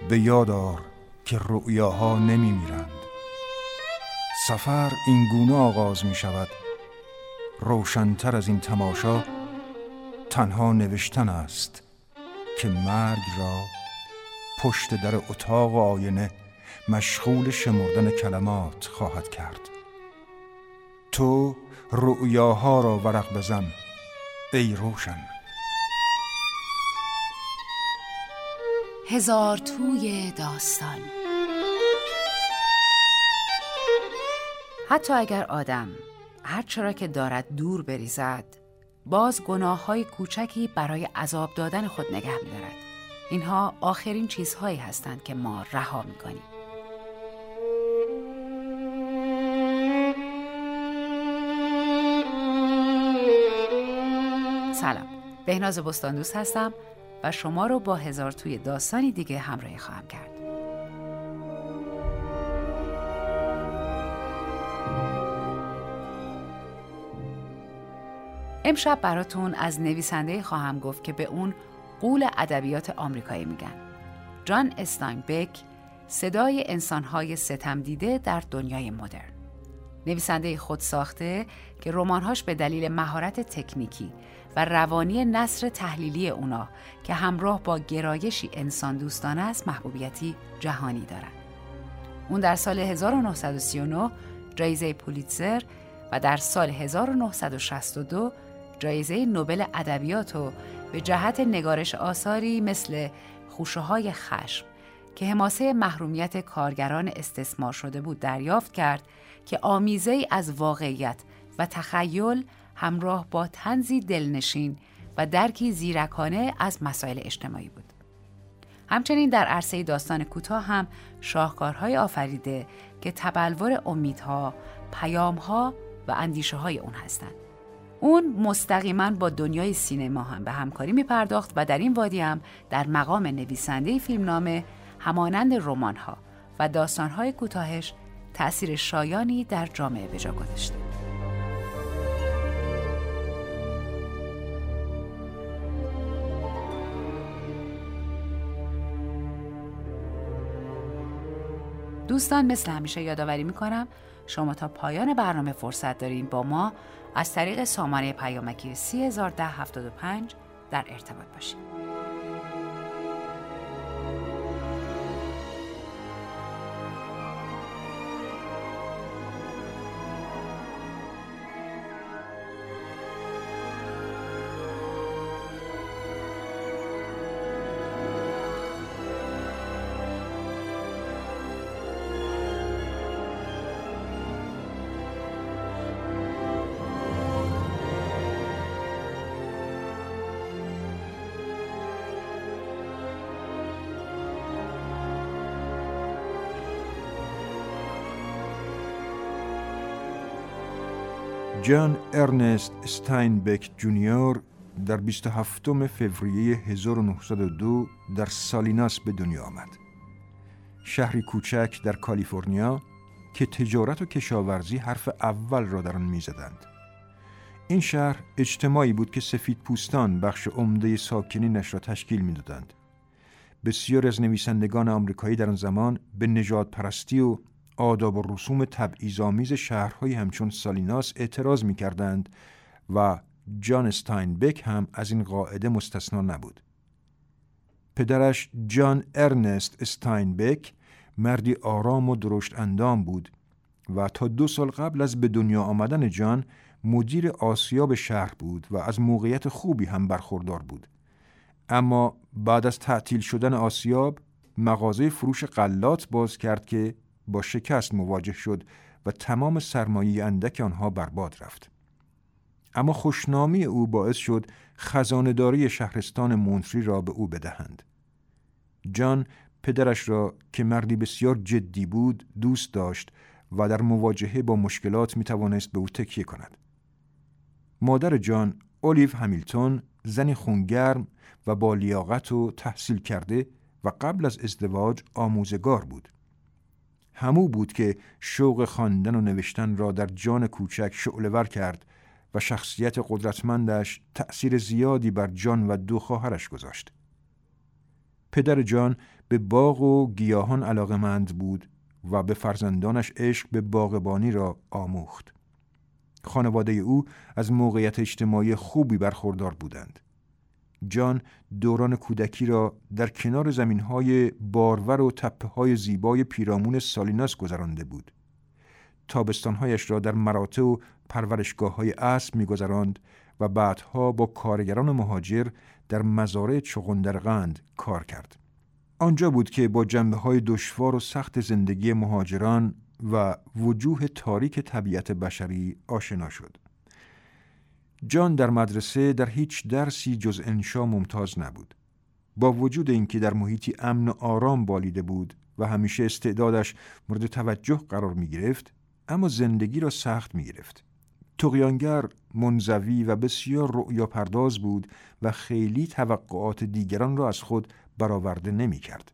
به یاد آر که رؤیاها نمی میرند. سفر این گونه آغاز می شود. روشن‌تر از این تماشا تنها نوشتن است که مرگ را پشت در اتاق آینه مشغول شمردن کلمات خواهد کرد. تو رؤیاها را ورق بزن ای روشن. هزار توی داستان. حتی اگر آدم هر چرا که دارد دور بریزد، باز گناه‌های کوچکی برای عذاب دادن خود نگه می‌دارد. اینها آخرین چیزهایی هستند که ما رها می‌کنیم. سلام، بهناز بستاندوست هستم و شما رو با هزار توی داستانی دیگه همراهی خواهم کرد. امشب براتون از نویسنده خواهم گفت که به اون غول ادبیات آمریکایی میگن. جان استاینبک، صدای انسان‌های ستم دیده در دنیای مدرن. نویسنده خودساخته که رمان‌هاش به دلیل مهارت تکنیکی و روانی نثر تحلیلی اونا که همراه با گرایشی انسان دوستانه است محبوبیتی جهانی دارن. اون در سال 1939 جایزه پولیتزر و در سال 1962 جایزه نوبل ادبیات رو به جهت نگارش آثاری مثل خوشه‌های خشم که حماسه محرومیت کارگران استثمار شده بود دریافت کرد که آمیزه‌ای از واقعیت و تخیل همراه با طنزی دلنشین و درکی زیرکانه از مسائل اجتماعی بود. همچنین در عرصه داستان کوتاه هم شاهکارهای آفریده که تبلور امیدها، پیامها و اندیشه‌های اون هستند. اون مستقیما با دنیای سینما هم به همکاری می پرداخت و در این وادی هم در مقام نویسنده فیلمنامه همانند رمان‌ها و داستان‌های کوتاهش تأثیر شایانی در جامعه به جا گذاشته. دوستان، مثل همیشه یادآوری می‌کنم شما تا پایان برنامه فرصت دارین با ما از طریق سامانه پیامکی 301075 در ارتباط باشید. جان ارنست استاینبک جونیور در 27 فوریه 1902 در سالیناس به دنیا آمد. شهری کوچک در کالیفرنیا که تجارت و کشاورزی حرف اول را در آن می‌زدند. این شهر اجتماعی بود که سفیدپوستان بخش عمده ساکنینش را تشکیل می‌دادند. بسیار از نویسندگان آمریکایی در آن زمان به نژادپرستی و آداب و رسوم تبعیض‌آمیز شهرهای همچون سالیناس اعتراض می‌کردند و جان استاینبک هم از این قاعده مستثنا نبود. پدرش جان ارنست استاینبک مردی آرام و درشت اندام بود و تا 2 سال قبل از به دنیا آمدن جان مدیر آسیاب شهر بود و از موقعیت خوبی هم برخوردار بود. اما بعد از تعطیل شدن آسیاب مغازه فروش غلات باز کرد که با شکست مواجه شد و تمام سرمایه اندک آنها برباد رفت. اما خوشنامی او باعث شد خزانه‌داری شهرستان مونتری را به او بدهند. جان پدرش را که مردی بسیار جدی بود دوست داشت و در مواجهه با مشکلات می توانست به او تکیه کند. مادر جان، اولیو همیلتون، زنی خونگرم و با لیاقت و تحصیل کرده و قبل از ازدواج آموزگار بود. همو بود که شوق خواندن و نوشتن را در جان کوچک شعله‌ور کرد و شخصیت قدرتمندش تأثیر زیادی بر جان و 2 خواهرش گذاشت. پدر جان به باغ و گیاهان علاقه‌مند بود و به فرزندانش عشق به باغبانی را آموخت. خانواده او از موقعیت اجتماعی خوبی برخوردار بودند. جان دوران کودکی را در کنار زمین‌های بارور و تپه‌های زیبای پیرامون سالیناس گذرانده بود. تابستان‌هایش را در مراتع و پرورشگاه‌های اسب می‌گذراند و بعدها با کارگران مهاجر در مزارع چغندرقند کار کرد. آنجا بود که با جنبه‌های دشوار و سخت زندگی مهاجران و وجوه تاریک طبیعت بشری آشنا شد. جان در مدرسه در هیچ درسی جز انشا ممتاز نبود. با وجود اینکه در محیطی امن و آرام بالیده بود و همیشه استعدادش مورد توجه قرار می گرفت، اما زندگی را سخت می گرفت. طغیانگر، منزوی و بسیار رؤیا پرداز بود و خیلی توقعات دیگران را از خود برآورده نمی کرد.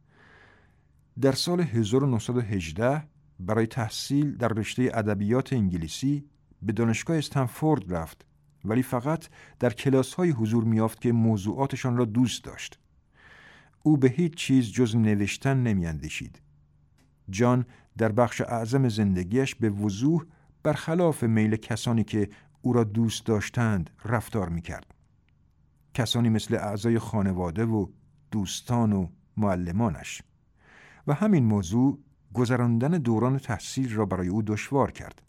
در سال 1918 برای تحصیل در رشته ادبیات انگلیسی به دانشگاه استنفورد رفت، ولی فقط در کلاس‌های حضور می‌یافت که موضوعاتشان را دوست داشت. او به هیچ چیز جز نوشتن نمی‌اندیشید. جان در بخش اعظم زندگیش به وضوح برخلاف میل کسانی که او را دوست داشتند رفتار می‌کرد. کسانی مثل اعضای خانواده و دوستان و معلمانش. و همین موضوع گذراندن دوران تحصیل را برای او دشوار کرد.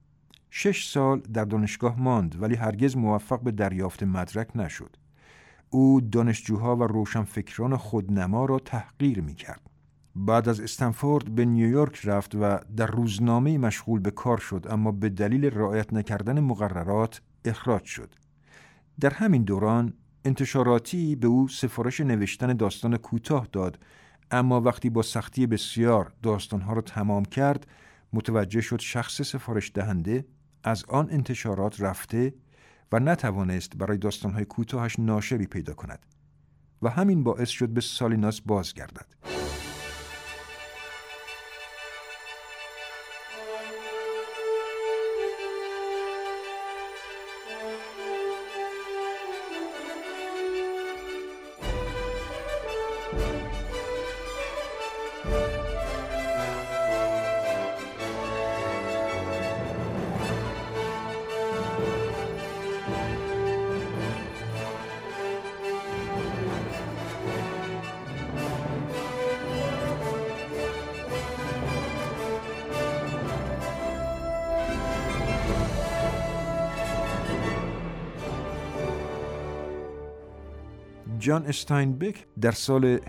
6 سال در دانشگاه ماند ولی هرگز موفق به دریافت مدرک نشد. او دانشجوها و روشنفکران خودنما را تحقیر می‌کرد. بعد از استنفورد به نیویورک رفت و در روزنامه‌ای مشغول به کار شد، اما به دلیل رعایت نکردن مقررات اخراج شد. در همین دوران انتشاراتی به او سفارش نوشتن داستان کوتاه داد، اما وقتی با سختی بسیار داستانها را تمام کرد، متوجه شد شخص سفارش دهنده از آن انتشارات رفته و نتوانست برای داستانهای کوتاهش ناشری پیدا کند و همین باعث شد به سالیناس بازگردد. جان استاینبک در سال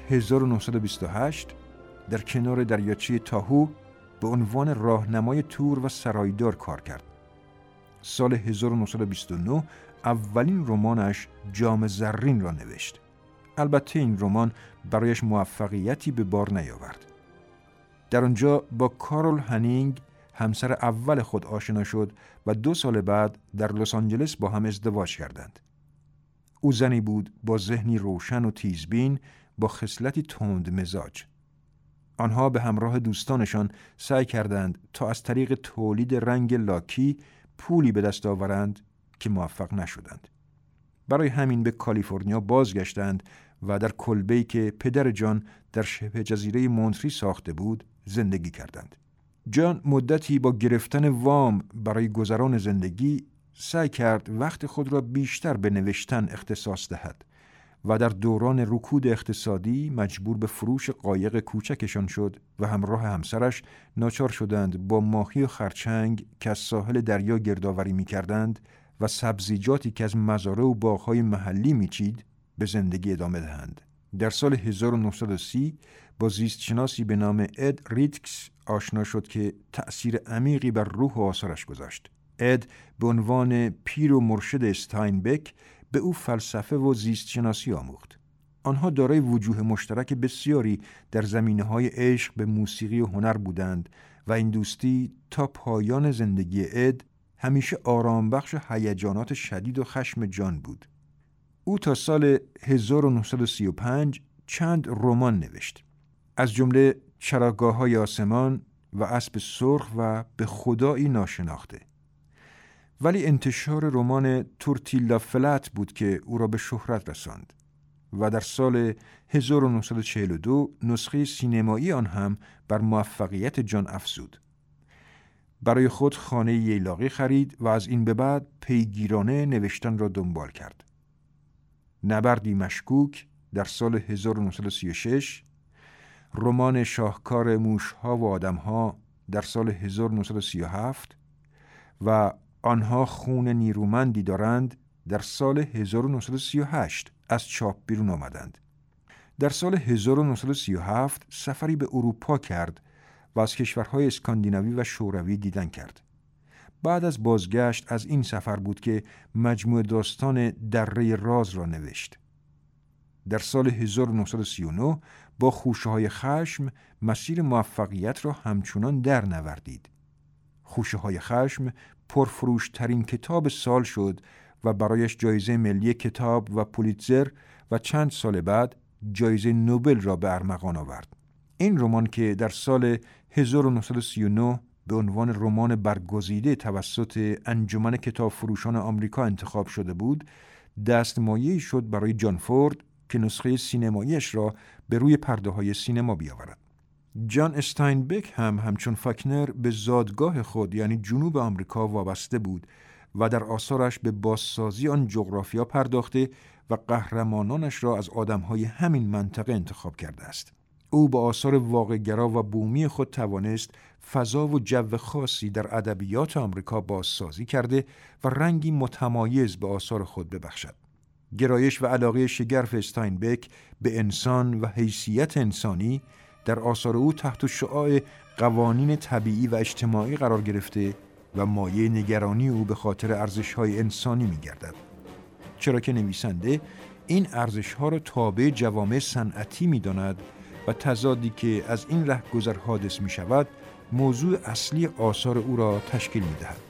1928 در کنار دریاچه تاهو به عنوان راهنمای تور و سرایدار کار کرد. سال 1929 اولین رمانش جام زرین را نوشت. البته این رمان برایش موفقیتی به بار نیاورد. در آنجا با کارول هنینگ همسر اول خود آشنا شد و 2 سال بعد در لس آنجلس با هم ازدواج کردند. او زنی بود با ذهنی روشن و تیزبین با خصلتی تند مزاج. آنها به همراه دوستانشان سعی کردند تا از طریق تولید رنگ لاکی پولی به دست آورند که موفق نشدند. برای همین به کالیفرنیا بازگشتند و در کلبه‌ای که پدر جان در شبه جزیره مونتری ساخته بود زندگی کردند. جان مدتی با گرفتن وام برای گذران زندگی سعی کرد وقت خود را بیشتر به نوشتن اختصاص دهد و در دوران رکود اقتصادی مجبور به فروش قایق کوچکشان شد و همراه همسرش ناچار شدند با ماهی و خرچنگ که از ساحل دریا گردآوری می‌کردند و سبزیجاتی که از مزارع و باغ‌های محلی می‌چید به زندگی ادامه دهند. در سال 1930 با زیستشناسی به نام اد ریتکس آشنا شد که تأثیر عمیقی بر روح و آثارش گذاشت. اد به عنوان پیر و مرشد استاینبک به او فلسفه و زیستشناسی آموخت. آنها دارای وجوه مشترک بسیاری در زمینه‌های عشق به موسیقی و هنر بودند و این دوستی تا پایان زندگی اد همیشه آرام بخش هیجانات شدید و خشم جان بود. او تا سال 1935 چند رمان نوشت، از جمله چراگاه‌های آسمان و اسب سرخ و به خدایی ناشناخته. ولی انتشار رمان تورتیلا فلت بود که او را به شهرت رساند. و در سال 1942 نسخه سینمایی آن هم بر موفقیت جان افزود. برای خود خانه ییلاقی خرید و از این به بعد پیگیرانه نوشتن را دنبال کرد. نبردی مشکوک در سال 1936، رمان شاهکار موشها و آدمها در سال 1937 و آنها خون نیرومندی دارند در سال 1938 از چاپ بیرون آمدند. در سال 1937 سفری به اروپا کرد و از کشورهای اسکاندیناوی و شوروی دیدن کرد. بعد از بازگشت از این سفر بود که مجموعه داستان دره راز را نوشت. در سال 1939 با خوشه‌های خشم مسیر موفقیت را همچنان در نوردید. خوشه‌های خشم پرفروشترین کتاب سال شد و برایش جایزه ملی کتاب و پولیتزر و چند سال بعد جایزه نوبل را به ارمغان آورد. این رمان که در سال 1939 به عنوان رمان برگزیده توسط انجمن کتاب فروشان آمریکا انتخاب شده بود، دستمایه‌ای شد برای جان فورد که نسخه سینماییش را به روی پرده‌های سینما بیاورد. جان استاینبک هم همچون فاکنر به زادگاه خود یعنی جنوب آمریکا وابسته بود و در آثارش به بازسازی آن جغرافیا پرداخته و قهرمانانش را از آدم‌های همین منطقه انتخاب کرده است. او با آثار واقع‌گرا و بومی خود توانست فضا و جو خاصی در ادبیات آمریکا بازسازی کرده و رنگی متمایز به آثار خود ببخشد. گرایش و علاقه شگرف استاینبک به انسان و حیثیت انسانی در آثار او تحت شعاع قوانین طبیعی و اجتماعی قرار گرفته و مایه نگرانی او به خاطر ارزش‌های انسانی می‌گردد. چرا که نویسنده این ارزش‌ها را تابع جوامع صنعتی می‌داند و تضادی که از این رهگذر حادث می‌شود موضوع اصلی آثار او را تشکیل می‌دهد.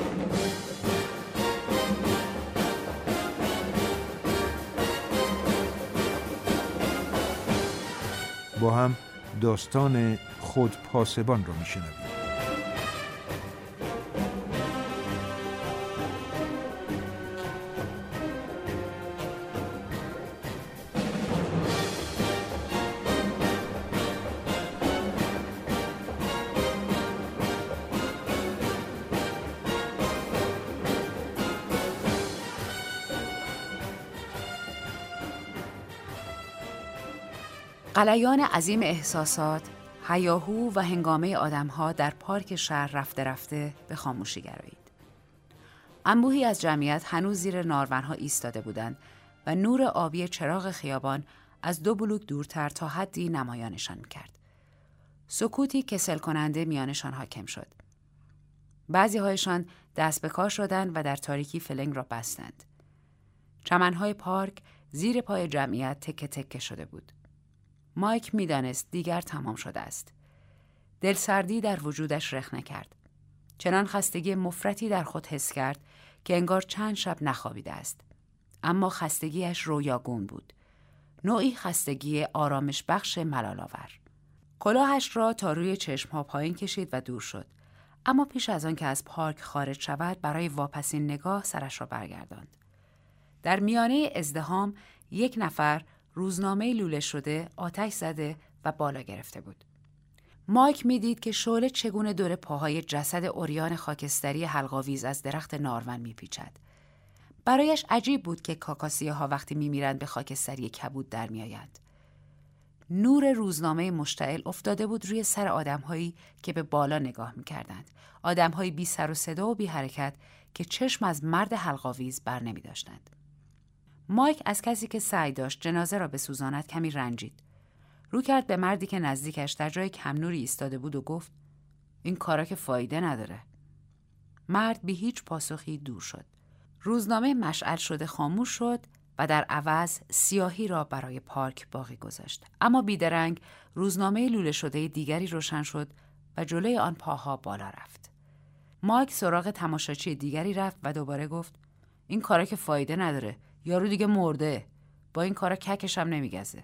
با هم داستان خودپاسبان را می‌شنویم. غلیان عظیم احساسات، هیاهو و هنگامه آدم‌ها در پارک شهر رفته رفته به خاموشی گرایید. انبوهی از جمعیت هنوز زیر نارونها ایستاده بودند و نور آبی چراغ خیابان از 2 بلوک دورتر تا حدی نمایانشان می‌کرد. سکوتی کسل کننده میانشان حاکم شد. بعضی‌هایشان دست به کار شدند و در تاریکی فلنگ را بستند. چمن‌های پارک زیر پای جمعیت تکه تکه شده بود. مایک می‌دانست دیگر تمام شده است. دلسردی در وجودش رخنه کرد. چنان خستگی مفرطی در خود حس کرد که انگار چند شب نخوابیده است. اما خستگیش رویاگون بود. نوعی خستگی آرامش بخش ملال‌آور. کلاهش را تا روی چشم‌ها پایین کشید و دور شد. اما پیش از آن که از پارک خارج شود برای واپسین نگاه سرش را برگرداند. در میانه ازدحام یک نفر روزنامه لوله شده آتش زده و بالا گرفته بود. مایک میدید که شعله چگونه دور پاهای جسد عریان خاکستری حلق‌آویز از درخت نارون میپیچد. برایش عجیب بود که کاکاسیاها وقتی میمیرند به خاکستری کبود در میآیند. نور روزنامه مشتعل افتاده بود روی سر آدم‌هایی که به بالا نگاه می‌کردند. آدم‌هایی بی سر و صدا و بی حرکت که چشم از مرد حلق‌آویز بر نمی‌داشتند. مایک از کسی که سعی داشت جنازه را بسوزاند کمی رنجید. رو کرد به مردی که نزدیکش در جای کم نوری ایستاده بود و گفت: این کارا که فایده نداره. مرد بی هیچ پاسخی دور شد. روزنامه مشعل شده خاموش شد و در عوض سیاهی را برای پارک باقی گذاشت. اما بیدرنگ روزنامه لوله شده دیگری روشن شد و جلوی آن پاها بالا رفت. مایک سراغ تماشاچی دیگری رفت و دوباره گفت: این کارا که فایده نداره. یارو دیگه مرده. با این کارا ککش هم نمیگزه.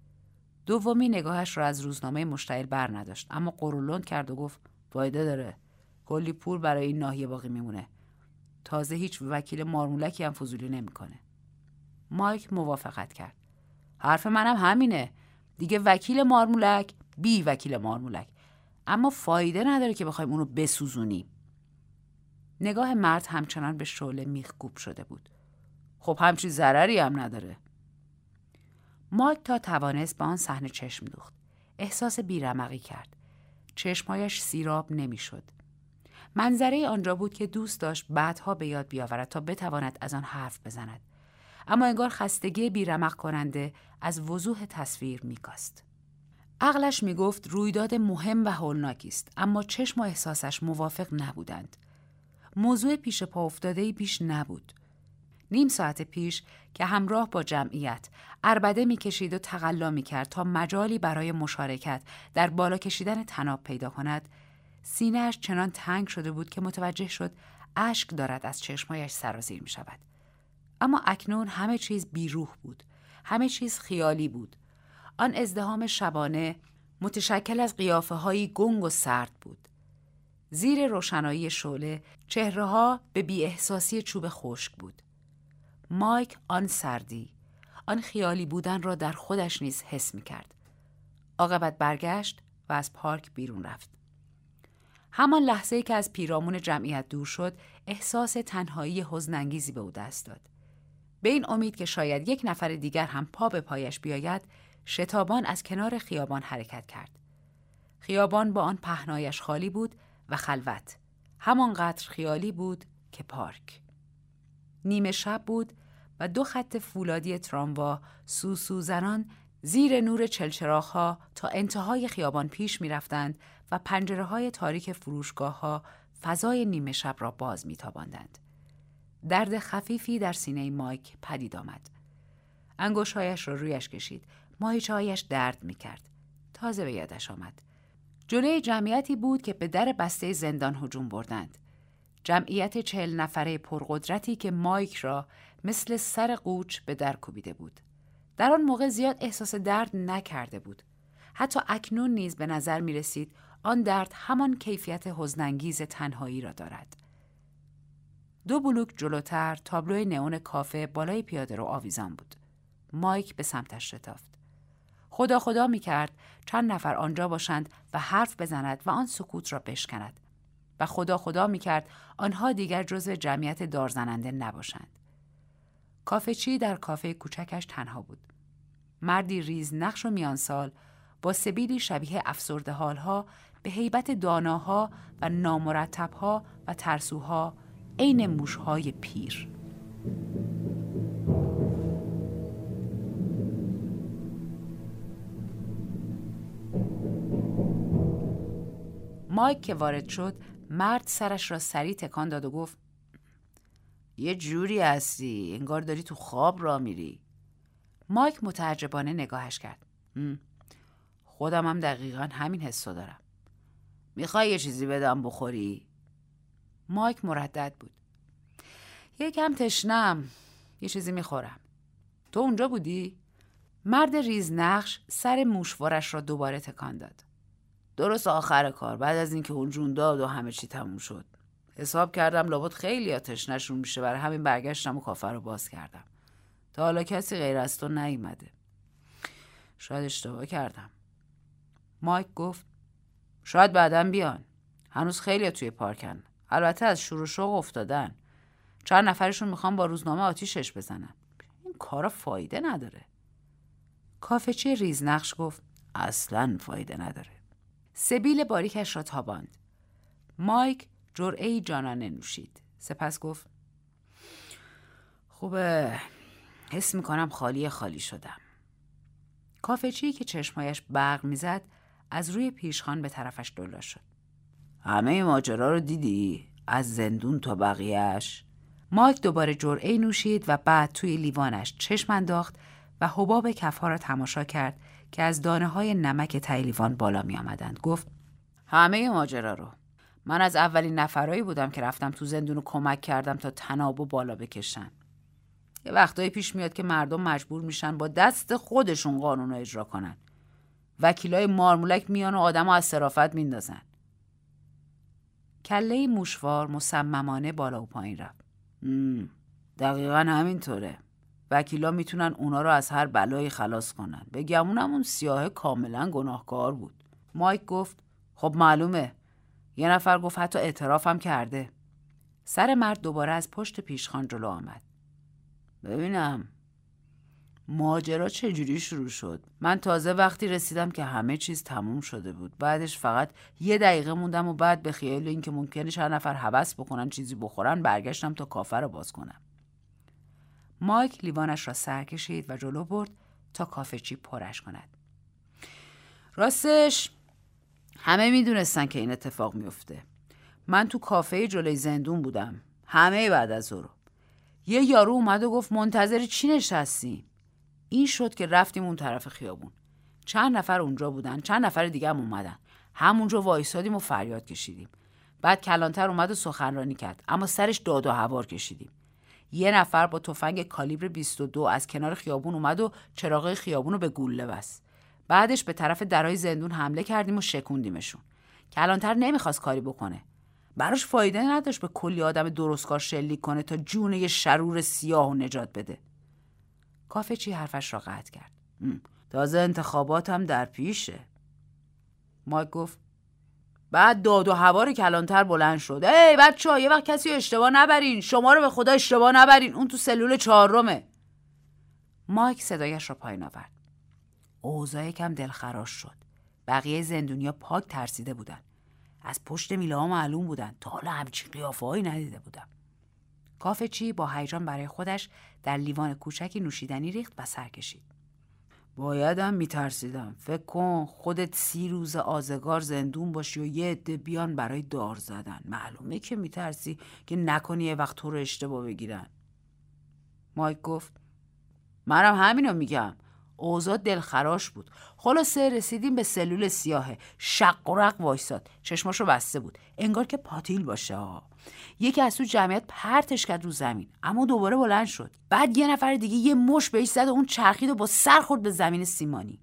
دومی نگاهش را از روزنامه مشتعل بر نداشت، اما قرولند کرد و گفت: فایده داره. کلی پول برای این ناحیه باقی میمونه. تازه هیچ وکیل مارمولکی هم فضولی نمیکنه. مایک موافقت کرد. حرف منم همینه. دیگه وکیل مارمولک بی وکیل مارمولک. اما فایده نداره که بخوایم اونو بسوزونیم. نگاه مرد همچنان به شعله میخکوب شده بود. خب همچین ضرری هم نداره. مایک تا توانست به آن صحنه چشم دوخت. احساس بیرمقی کرد. چشمهایش سیراب نمیشد. منظره آنجا بود که دوست داشت بعدها به یاد بیاورد تا بتواند از آن حرف بزند. اما انگار خستگی بیرمق کننده از وضوح تصویر میکاست. عقلش میگفت رویداد مهم و هولناکی است، اما چشم و احساسش موافق نبودند. موضوع پیش پا افتاده‌ای پیش نبود. نیم ساعت پیش که همراه با جمعیت عربده میکشید و تقلا میکرد تا مجالی برای مشارکت در بالا کشیدن طناب پیدا کند، سینه‌اش چنان تنگ شده بود که متوجه شد اشک دارد از چشمایش سرازیر می شود. اما اکنون همه چیز بیروح بود. همه چیز خیالی بود. آن ازدحام شبانه متشکل از قیافه‌هایی گنگ و سرد بود. زیر روشنایی شعله چهره‌ها به بی‌احساسی چوب خشک بود. مایک آن سردی، آن خیالی بودن را در خودش نیز حس می‌کرد. عاقبت برگشت و از پارک بیرون رفت. همان لحظه‌ای که از پیرامون جمعیت دور شد، احساس تنهایی حزن‌انگیزی به او دست داد. به این امید که شاید یک نفر دیگر هم پا به پایش بیاید، شتابان از کنار خیابان حرکت کرد. خیابان با آن پهنایش خالی بود و خلوت، همانقدر خیالی بود که پارک. نیمه شب بود و 2 خط فولادی تراموا سوسو زنان زیر نور چلچراغ‌ها تا انتهای خیابان پیش می‌رفتند و پنجره‌های تاریک فروشگاه‌ها فضای نیمه شب را باز می‌تاباندند. درد خفیفی در سینه مایک پدید آمد. انگشت‌هایش را رویش کشید. ماهیچه‌هایش درد می‌کرد. تازه به یادش آمد. جلوی جمعیتی بود که به در بسته زندان هجوم بردند. جمعیت 40 نفره پرقدرتی که مایک را مثل سر قوچ به در کوبیده بود. در آن موقع زیاد احساس درد نکرده بود. حتی اکنون نیز به نظر می رسید آن درد همان کیفیت حزن‌انگیز تنهایی را دارد. 2 بلوک جلوتر تابلوی نئون کافه بالای پیاده‌رو آویزان بود. مایک به سمتش شتافت. خدا خدا می کرد چند نفر آنجا باشند و حرف بزند و آن سکوت را بشکند. و خدا خدا می کرد آنها دیگر جزو جمعیت دارزننده نباشند. کافه چی در کافه کوچکش تنها بود. مردی ریز نقش و میان سال با سبیلی شبیه افسرده حالها به هیبت داناها و نامرتبها و ترسوها عین موشهای پیر. مایک که وارد شد، مرد سرش را سریع تکان داد و گفت: یه جوری هستی انگار داری تو خواب را میری. مایک متعجبانه نگاهش کرد. خودم هم دقیقاً همین حسو دارم. میخوای یه چیزی بدم بخوری؟ مایک مردد بود. یکم تشنم، یه چیزی میخورم. تو اونجا بودی؟ مرد ریزنقش سر موشوارش را دوباره تکان داد. درست آخر کار، بعد از اینکه اون جون داد و همه چی تموم شد. حساب کردم لابد خیلی آتش نشون میشه، برای همین برگشتم و کافه رو باز کردم. تا حالا کسی غیر از تو نیومده. شاید اشتباه کردم. مایک گفت: شاید بعداً بیان. هنوز خیلی توی پارکن. البته از شور و شوق افتادن. چند نفرشون میخوان با روزنامه آتیشش بزنن. این کارا فایده نداره. کافه چی ریزنقش گفت: اصلاً فایده نداره. سبیل باریکش را تاباند. مایک جرعه‌ای جانانه نوشید. سپس گفت: خوبه، حس میکنم خالی شدم. کافه چی که چشمایش برق میزد از روی پیشخوان به طرفش دولا شد. همه ماجرا رو دیدی؟ از زندون تا بقیهش؟ مایک دوباره جرعه‌ای نوشید و بعد توی لیوانش چشم انداخت و حباب کفها را تماشا کرد که از دانه‌های نمک ته لیوان بالا می آمدند. گفت: همه ماجرا رو. من از اولین نفرایی بودم که رفتم تو زندون و کمک کردم تا طنابو بالا بکشن. یه وقتایی پیش میاد که مردم مجبور میشن با دست خودشون قانون رو اجرا کنن. وکیلای مارمولک میان و آدمو از صرافت میندازن. کله موشوار مصممانه بالا و پایین رفت. دقیقاً همینطوره. وکیلا میتونن اونا رو از هر بلایی خلاص کنن. به گمونم اون سیاه کاملا گناهکار بود. مایک گفت خب معلومه. یه نفر گفت حتی اعترافم کرده. سر مرد دوباره از پشت پیشخوان جلو آمد. ببینم ماجرا چجوری شروع شد؟ من تازه وقتی رسیدم که همه چیز تموم شده بود. بعدش فقط 1 دقیقه موندم و بعد به خیال اینکه ممکنه چند نفر هوس بکنن چیزی بخورن برگشتم تا کافه رو باز کنم. مایک لیوانش را سر کشید و جلو برد تا کافه چی پرش کند. راستش همه میدونستن که این اتفاق میفته. من تو کافه جلوی زندون بودم. همه بعد از ظهر. یه یارو اومد و گفت منتظر چی نشستیم؟ این شد که رفتیم اون طرف خیابون. چند نفر اونجا بودن، چند نفر دیگه هم اومدن. همونجا وایسادیم و فریاد کشیدیم. بعد کلانتر اومد و سخنرانی کرد، اما سرش داد و هوار کشیدیم. یه نفر با تفنگ کالیبر 22 از کنار خیابون اومد و چراغ خیابون رو به گوله بست. بعدش به طرف درای زندون حمله کردیم و شکوندیمشون. کلانتر نمیخواست کاری بکنه. براش فایده نداشت به کلی آدم درستکار شلیک کنه تا جون یه شرور سیاه و نجات بده. کافه چی حرفش را قطع کرد. تازه انتخاباتم در پیشه. مایک گفت بعد داد و هوار کلانتر بلند شد. ای بچه‌ها یه وقت کسی رو اشتباه نبرین. شما رو به خدا اشتباه نبرین. اون تو سلول 4. مایک صدایش را پایین آورد. اوضاع یکم دلخراش شد. بقیه زندونیا پاک ترسیده بودن. از پشت میله ها معلوم بودن. تا حالا همچین قیافه‌هایی ندیده بودم. کافه چی با هیجان برای خودش در لیوان کوچکی نوشیدنی ریخت و سر کشید. بایدم میترسیدم. فکر کن خودت 30 روز آزگار زندون باشی و یه عده بیان برای دار زدن. معلومه که میترسی که نکنی یه وقت تو رو اشتباه بگیرن. مایک گفت منم همینو میگم. اوضاع دلخراش بود. خلاصه رسیدیم به سلول سیاه. شق و رق وایساد. چشماشو بسته بود. انگار که پاتیل باشه ها. یکی از تو جمعیت پرتش کرد رو زمین، اما دوباره بلند شد. بعد یه نفر دیگه یه مش بهش زد و اون چرخید و با سر خورد به زمین سیمانی.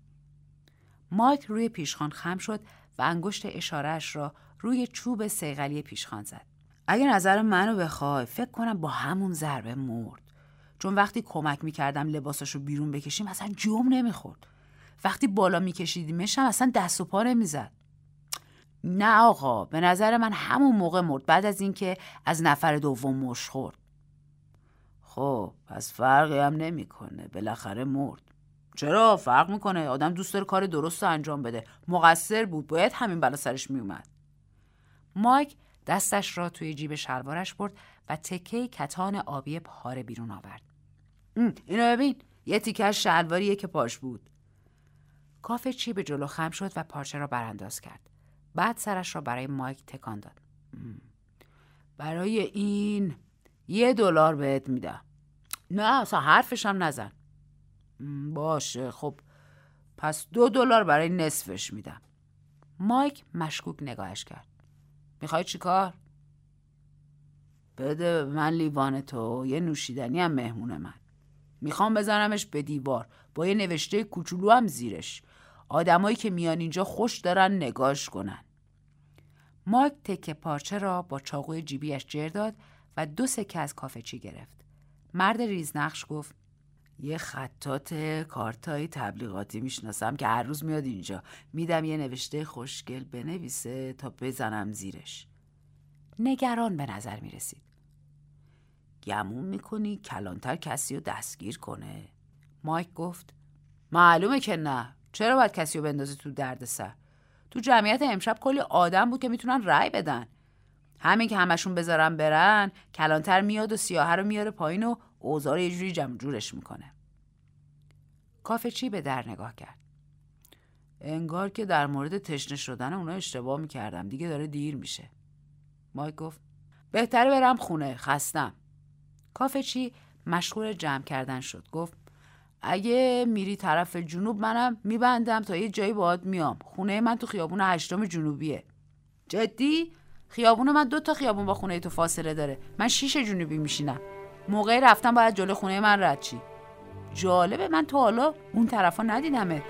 مایک روی پیشخوان خم شد و انگشت اشارهش را روی چوب صیقلی پیشخوان زد. اگه نظر منو بخوای فکر کنم با همون ضربه مرد. چون وقتی کمک میکردم لباساشو بیرون بکشیم اصلا جم نمیخورد. وقتی بالا میکشیدیمش هم اصلا دست و پا نمیزد. نه آقا، به نظر من همون موقع مرد، بعد از اینکه از نفر دوم مش خورد. خب پس فرقی هم نمیکنه، بالاخره مرد. چرا فرق میکنه؟ آدم دوست داره کار درست رو انجام بده. مقصر بود، باید همین بلا سرش میومد. مایک دستش را توی جیب شلوارش برد و تکه کتان آبی پاره بیرون آورد. اینو ببین، یه تیکه شلواریه که پاش بود. کافه چی به جلو خم شد و پارچه را برانداز کرد. بعد سرش را برای مایک تکان داد. برای این $1 بهت میدم. نه اصلا حرفش هم نزن. باشه خب پس $2 برای نصفش میدم. مایک مشکوک نگاهش کرد. میخوای چی کار؟ بده من لیوان تو، یه نوشیدنی هم مهمون من. میخوام بزنمش به دیوار با یه نوشته کوچولو هم زیرش. آدمایی که میان اینجا خوش دارن نگاش کنن. مایک تکه پارچه را با چاقوی جیبیش جر داد و 2 سکه از کافه چی گرفت. مرد ریزنقش گفت یه خطاط کارتای تبلیغاتی میشناسم که هر روز میاد اینجا. میدم یه نوشته خوشگل بنویسه تا بزنم زیرش. نگران به نظر میرسید. گمون میکنی کلانتر کسی رو دستگیر کنه؟ مایک گفت معلومه که نه. چرا باید کسی رو بندازی تو دردسر؟ تو جمعیت امشب کلی آدم بود که میتونن رأی بدن. همین که همشون بذارن برن، کلانتر میاد و سیاهه رو میاره پایین و اوضاع رو یه جوری جمع جورش میکنه. کافه چی به در نگاه کرد. انگار که در مورد تشنه شدن اونا اشتباه میکردم. دیگه داره دیر میشه. مایک گفت بهتره برم خونه، خستم. کافه چی مشغول جمع کردن شد. گفت اگه میری طرف جنوب منم میبندم تا یه جایی باهات میام. خونه من تو خیابون 8 جنوبیه. جدی؟ خیابون من 2 تا خیابون با خونه تو فاصله داره. من 6 جنوبی میشینم. موقعی رفتم باید جلو خونه من رد چی. جالبه، من تا حالا اون طرفا ندیدمت.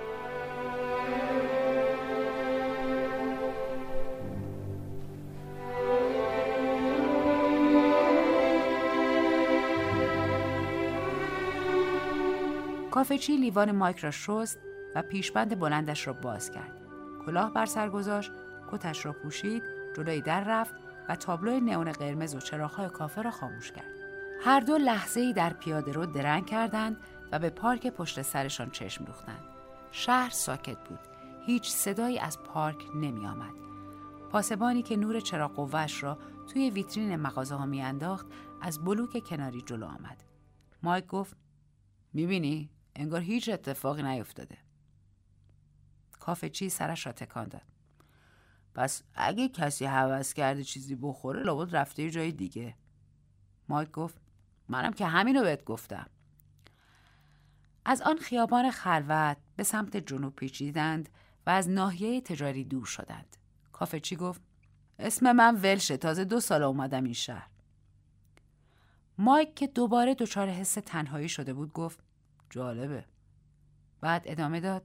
کافه‌چی لیوان مایک را شست و پیشبند بلندش را باز کرد. کلاه بر سر گذاشت، کتش را پوشید، جلوی در رفت و تابلو نئون قرمز و چراغ‌های کافه را خاموش کرد. هر دو لحظه‌ای در پیاده‌رو درنگ کردند و به پارک پشت سرشان چشم دوختند. شهر ساکت بود. هیچ صدایی از پارک نمی آمد. پاسبانی که نور چراغ قوه‌اش را توی ویترین مغازه‌ها می‌انداخت از بلوک کناری جلو آمد. مایک گفت: می‌بینی؟ انگار هیچ اتفاقی نیفتاده. کافه‌چی سرش را تکان داد. پس اگه کسی هوس کرده چیزی بخوره لابد رفته یه جای دیگه. مایک گفت: منم که همینو بهت گفتم. از آن خیابان خلوت به سمت جنوب پیچیدند و از ناحیه تجاری دور شدند. کافه‌چی گفت: اسم من ولشه، تازه 2 سال اومدم این شهر. مایک که دوباره دچار حس تنهایی شده بود گفت: جالبه. بعد ادامه داد: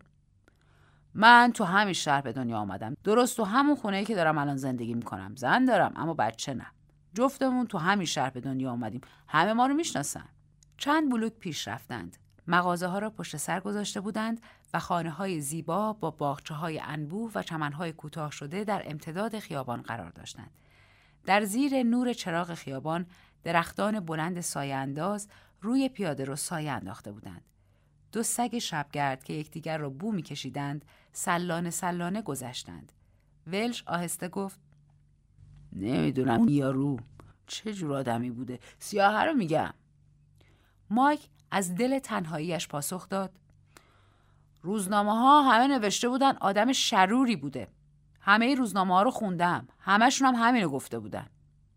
من تو همین شهر به دنیا آمدم، درست تو همون خونه‌ای که دارم الان زندگی میکنم. زن دارم اما بچه نه. جفتمون تو همین شهر به دنیا آمدیم. همه ما رو میشناسن. چند بلوک پیش رفتند. مغازه ها را پشت سر گذاشته بودند و خانه های زیبا با باغچه های انبوه و چمن های کوتاه شده در امتداد خیابان قرار داشتند. در زیر نور چراغ خیابان درختان بلند سایه انداز روی پیاده رو سایه انداخته بودند. 2 سگ شبگرد که یکدیگر را بو می‌کشیدند سلانه سلانه گذشتند. ولش آهسته گفت: نمیدونم اون یارو چه جور آدمی بوده، سیاهه رو میگم. مایک از دل تنهاییش پاسخ داد: روزنامه‌ها همه نوشته بودن آدم شروری بوده. همه روزنامه‌ها رو خوندم، همشون هم همینو گفته بودن.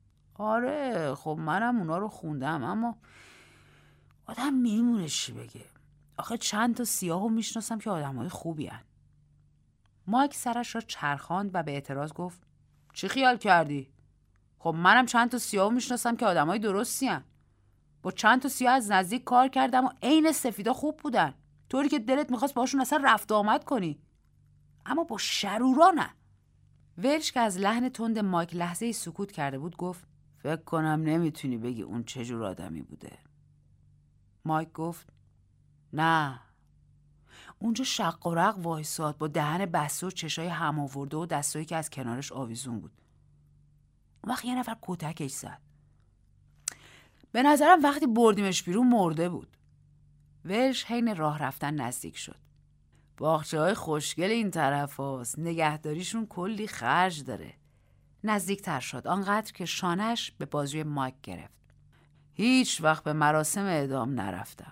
آره خب منم اونا رو خوندم، اما آدم میمونه چی بگه. آخه چند تا سیاهو میشناسم که آدمای خوبی هن. مایک سرش را چرخاند و به اعتراض گفت: چی خیال کردی؟ خب منم چند تا سیاهو میشناسم که آدمای درستی هن. با چند تا سیاه از نزدیک کار کردم و عین سفیدا خوب بودن، طوری که دلت میخواست باشون اصلا رفت آمد کنی. اما با شرورا نه. ولش که از لحن تند مایک لحظه‌ای سکوت کرده بود گفت: فکر کنم نمیتونی بگی اون چه جور آدمی بوده. مایک گفت: نه، اونجا شق و رق وایساد با دهن بسته و چشای هم آورده و دستایی که از کنارش آویزون بود. اون وقت یه نفر کتکش زد. به نظرم وقتی بردیمش بیرون مرده بود. ولش حین راه رفتن نزدیک شد. باغچه‌های خوشگل این طرف هاست. نگهداریشون کلی خرج داره. نزدیکتر شد آنقدر که شانش به بازوی مایک گرفت. هیچ وقت به مراسم اعدام نرفتم.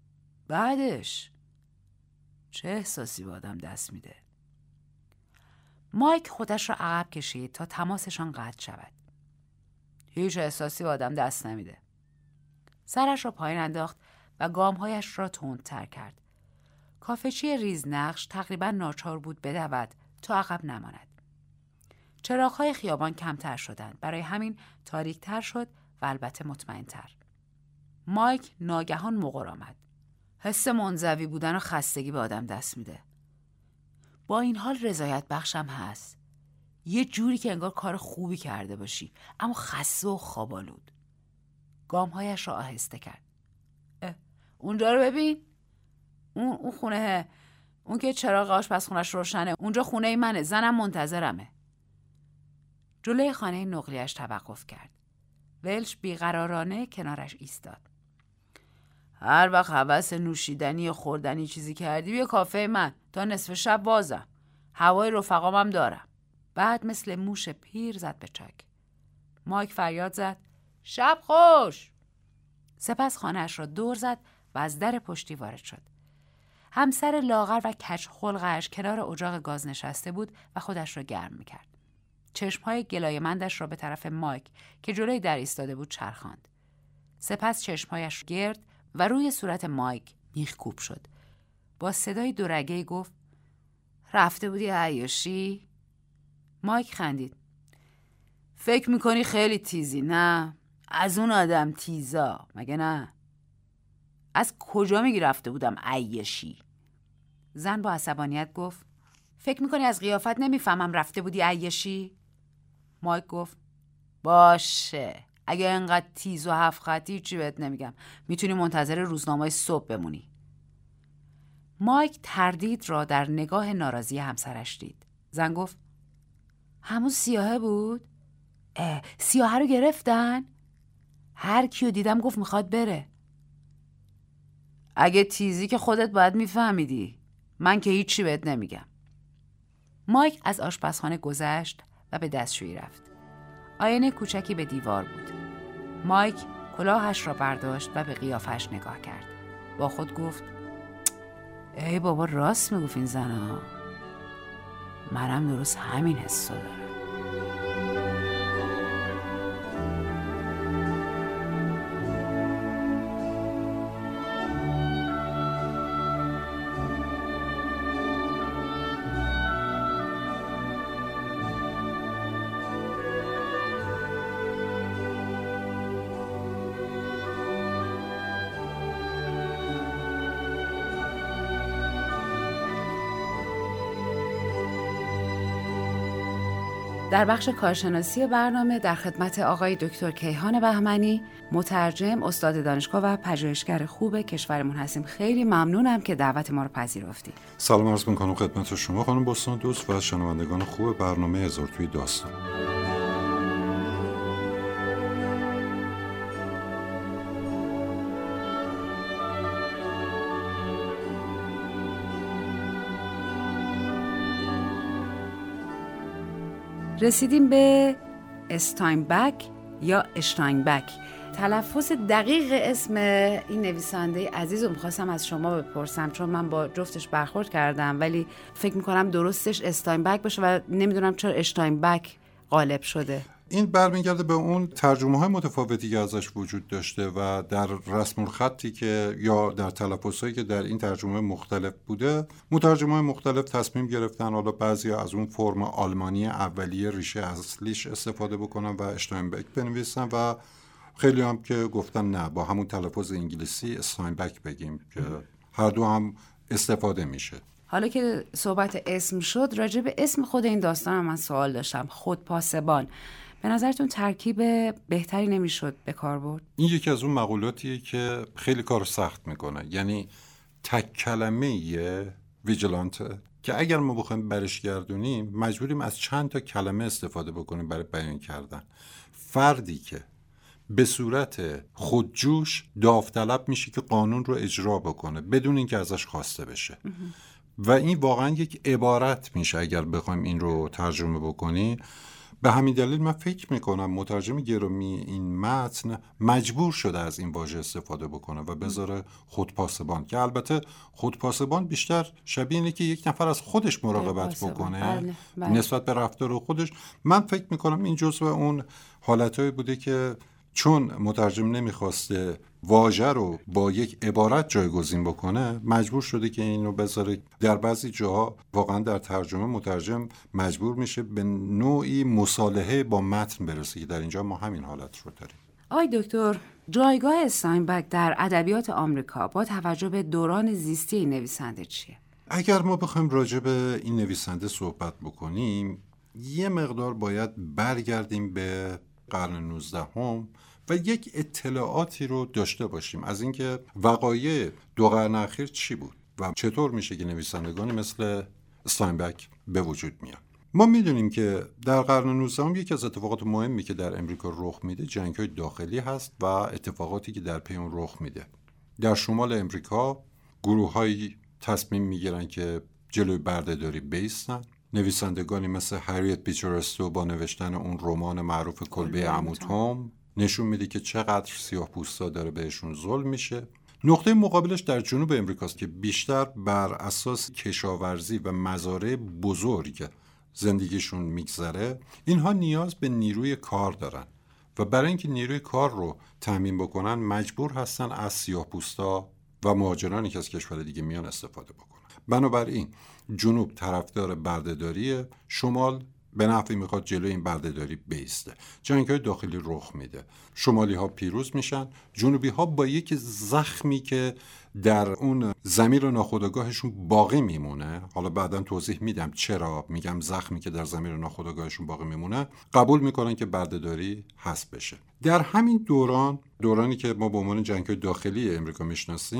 بعدش چه احساسی به آدم دست میده؟ مایک خودش را عقب کشید تا تماسشان قطع شود. هیچ احساسی به آدم دست نمیده. سرش را پایین انداخت و گامهایش را تندتر کرد. کافه‌چی ریزنقش تقریبا ناچار بود بدود تا عقب نماند. چراغ‌های خیابان کمتر شدند، برای همین تاریک‌تر شد و البته مطمئن‌تر. مایک ناگهان مغر آمد. حس منزوی بودن و خستگی به آدم دست میده. با این حال رضایت بخشم هست. یه جوری که انگار کار خوبی کرده باشی اما خسته و خوابالود. گامهایش را آهسته کرد. اونجا رو ببین. اون خونه، اون که چراغ آشپزخونه‌اش روشنه، اونجا خونه منه. زنم منتظرمه. جلوی خانه نقلیش توقف کرد. ولش بیقرارانه کنارش ایستاد. هر وقت هوس نوشیدنی یا خوردنی چیزی کردی بیا کافه من، تا نصف شب بازم. هوای رفقامم دارم. بعد مثل موش پیر زد به چاک. مایک فریاد زد: شب خوش! سپس خانه‌اش را دور زد و از در پشتی وارد شد. همسر لاغر و کج خلقش کنار اجاق گاز نشسته بود و خودش را گرم می‌کرد. چشم‌های گلایه‌مندش را به طرف مایک که جلوی در ایستاده بود چرخاند. سپس چشم‌هایش گرد و روی صورت مایک میخکوب شد. با صدای دورگه‌ای گفت: رفته بودی عیاشی؟ مایک خندید. فکر میکنی خیلی تیزی نه؟ از اون آدم تیزا مگه نه؟ از کجا میگی رفته بودم عیاشی؟ زن با عصبانیت گفت: فکر میکنی از قیافت نمیفهمم رفته بودی عیاشی؟ مایک گفت: باشه، اگه انقدر تیز و هفت خطی چی بهت نمیگم. میتونی منتظر روزنامه‌های صبح بمونی. مایک تردید را در نگاه ناراضی همسرش دید. زن گفت همون سیاهه بود؟ سیاهه رو گرفتن؟ هر کیو دیدم گفت میخواد بره. اگه تیزی که خودت باید میفهمیدی. من که هیچی بهت نمیگم. مایک از آشپزخانه گذشت و به دستشویی رفت. آینه کوچکی به دیوار بود. مایک کلاهش را برداشت و به قیافش نگاه کرد. با خود گفت ای بابا راست میگفت این زنها. منم درست همین حسو دارم. در بخش کارشناسی برنامه در خدمت آقای دکتر کیهان بهمنی، مترجم، استاد دانشگاه و پژوهشگر خوب کشورمون هستیم. خیلی ممنونم که دعوت ما رو پذیرفتید. سلام عرض می‌کنم خدمت شما خانم بستان دوست و شنوندگان خوب برنامه هزار تویی داستان. رسیدیم به استاینبک یا اشتاینبک. تلفظ دقیق اسم این نویسنده عزیز رو میخواستم از شما بپرسم، چون من با جفتش برخورد کردم ولی فکر میکنم درستش استاینبک باشه و نمیدونم چرا اشتاینبک غالب شده. این برمیگرده به اون ترجمه‌های متفاوتی که ازش وجود داشته و در رسم الخطی که یا در تلفظهایی که در این ترجمه مختلف بوده، مترجم‌های مختلف تصمیم گرفتن حالا بعضیا از اون فرم آلمانی اولیه ریشه اصلیش استفاده بکنن و اشتاینبک بنویسن و خیلی هم که گفتن نه با همون تلفظ انگلیسی استاینبک بگیم که هر دو هم استفاده میشه. حالا که صحبت اسم شد، راجع به اسم خود این داستان هم من سوال داشتم. خودپاسبان، به نظرتون ترکیب بهتری نمیشد به کار برد؟ این یکی از اون مقولاتیه که خیلی کار سخت میکنه. یعنی تک کلمه ویجیلانته که اگر ما بخوایم برش گردونیم مجبوریم از چند تا کلمه استفاده بکنیم برای بیان کردن. فردی که به صورت خودجوش داوطلب میشه که قانون رو اجرا بکنه بدون اینکه ازش خواسته بشه و این واقعا یک عبارت میشه اگر بخوایم این رو ترجمه بکنیم. به همین دلیل من فکر میکنم مترجم گرامی این متن مجبور شده از این واژه استفاده بکنه و بذاره خودپاسبان، که البته خودپاسبان بیشتر شبیه اینه که یک نفر از خودش مراقبت بکنه بله. نسبت به رفتار خودش. من فکر میکنم این جزو اون حالتایی بوده که چون مترجم نمیخواسته واژه رو با یک عبارت جایگزین بکنه مجبور شده که اینو بذاره. در بعضی جاها واقعا در ترجمه مترجم مجبور میشه به نوعی مصالحه با متن برسه که در اینجا ما همین حالت رو داریم. آی دکتر، جایگاه استاینبک در ادبیات آمریکا با توجه به دوران زیستی این نویسنده چیه؟ اگر ما بخوایم راجع به این نویسنده صحبت بکنیم یه مقدار باید برگردیم به قرن 19 و یک اطلاعاتی رو داشته باشیم از اینکه وقایع دو قرن اخیر چی بود و چطور میشه که نویسندگانی مثل استاینبک به وجود میاد. ما میدونیم که در قرن 19 یکی از اتفاقات مهمی که در امریکا رخ میده جنگ‌های داخلی هست و اتفاقاتی که در پی اون رخ میده. در شمال امریکا گروه‌هایی تصمیم میگیرن که جلوی بردهداری بایستن. نویسندگانی مثل هریت بیچر استو با نوشتن اون رمان معروف کلبه عمو توم نشون میده که چقدر سیاه‌پوستا داره بهشون ظلم میشه. نقطه مقابلش در جنوب امریکاست که بیشتر بر اساس کشاورزی و مزارع بزرگ زندگیشون میگذره. اینها نیاز به نیروی کار دارن و برای اینکه نیروی کار رو تامین بکنن مجبور هستن از سیاه‌پوستا و مهاجرانی که از کشور دیگه میان استفاده بکنن. بنابراین جنوب طرفدار بردهداری، شمال به نفعی میخواد جلوی این بردهداری بایسته. جنگ‌های داخلی رخ میده، شمالی ها پیروز میشن، جنوبی ها با یک زخمی که در اون ضمیر ناخودآگاهشون باقی میمونه، حالا بعداً توضیح میدم چرا میگم زخمی که در ضمیر ناخودآگاهشون باقی میمونه، قبول میکنن که بردهداری حذف بشه. در همین دورانی که ما به عنوان جنگ‌های داخلی امریکا میشناسیم،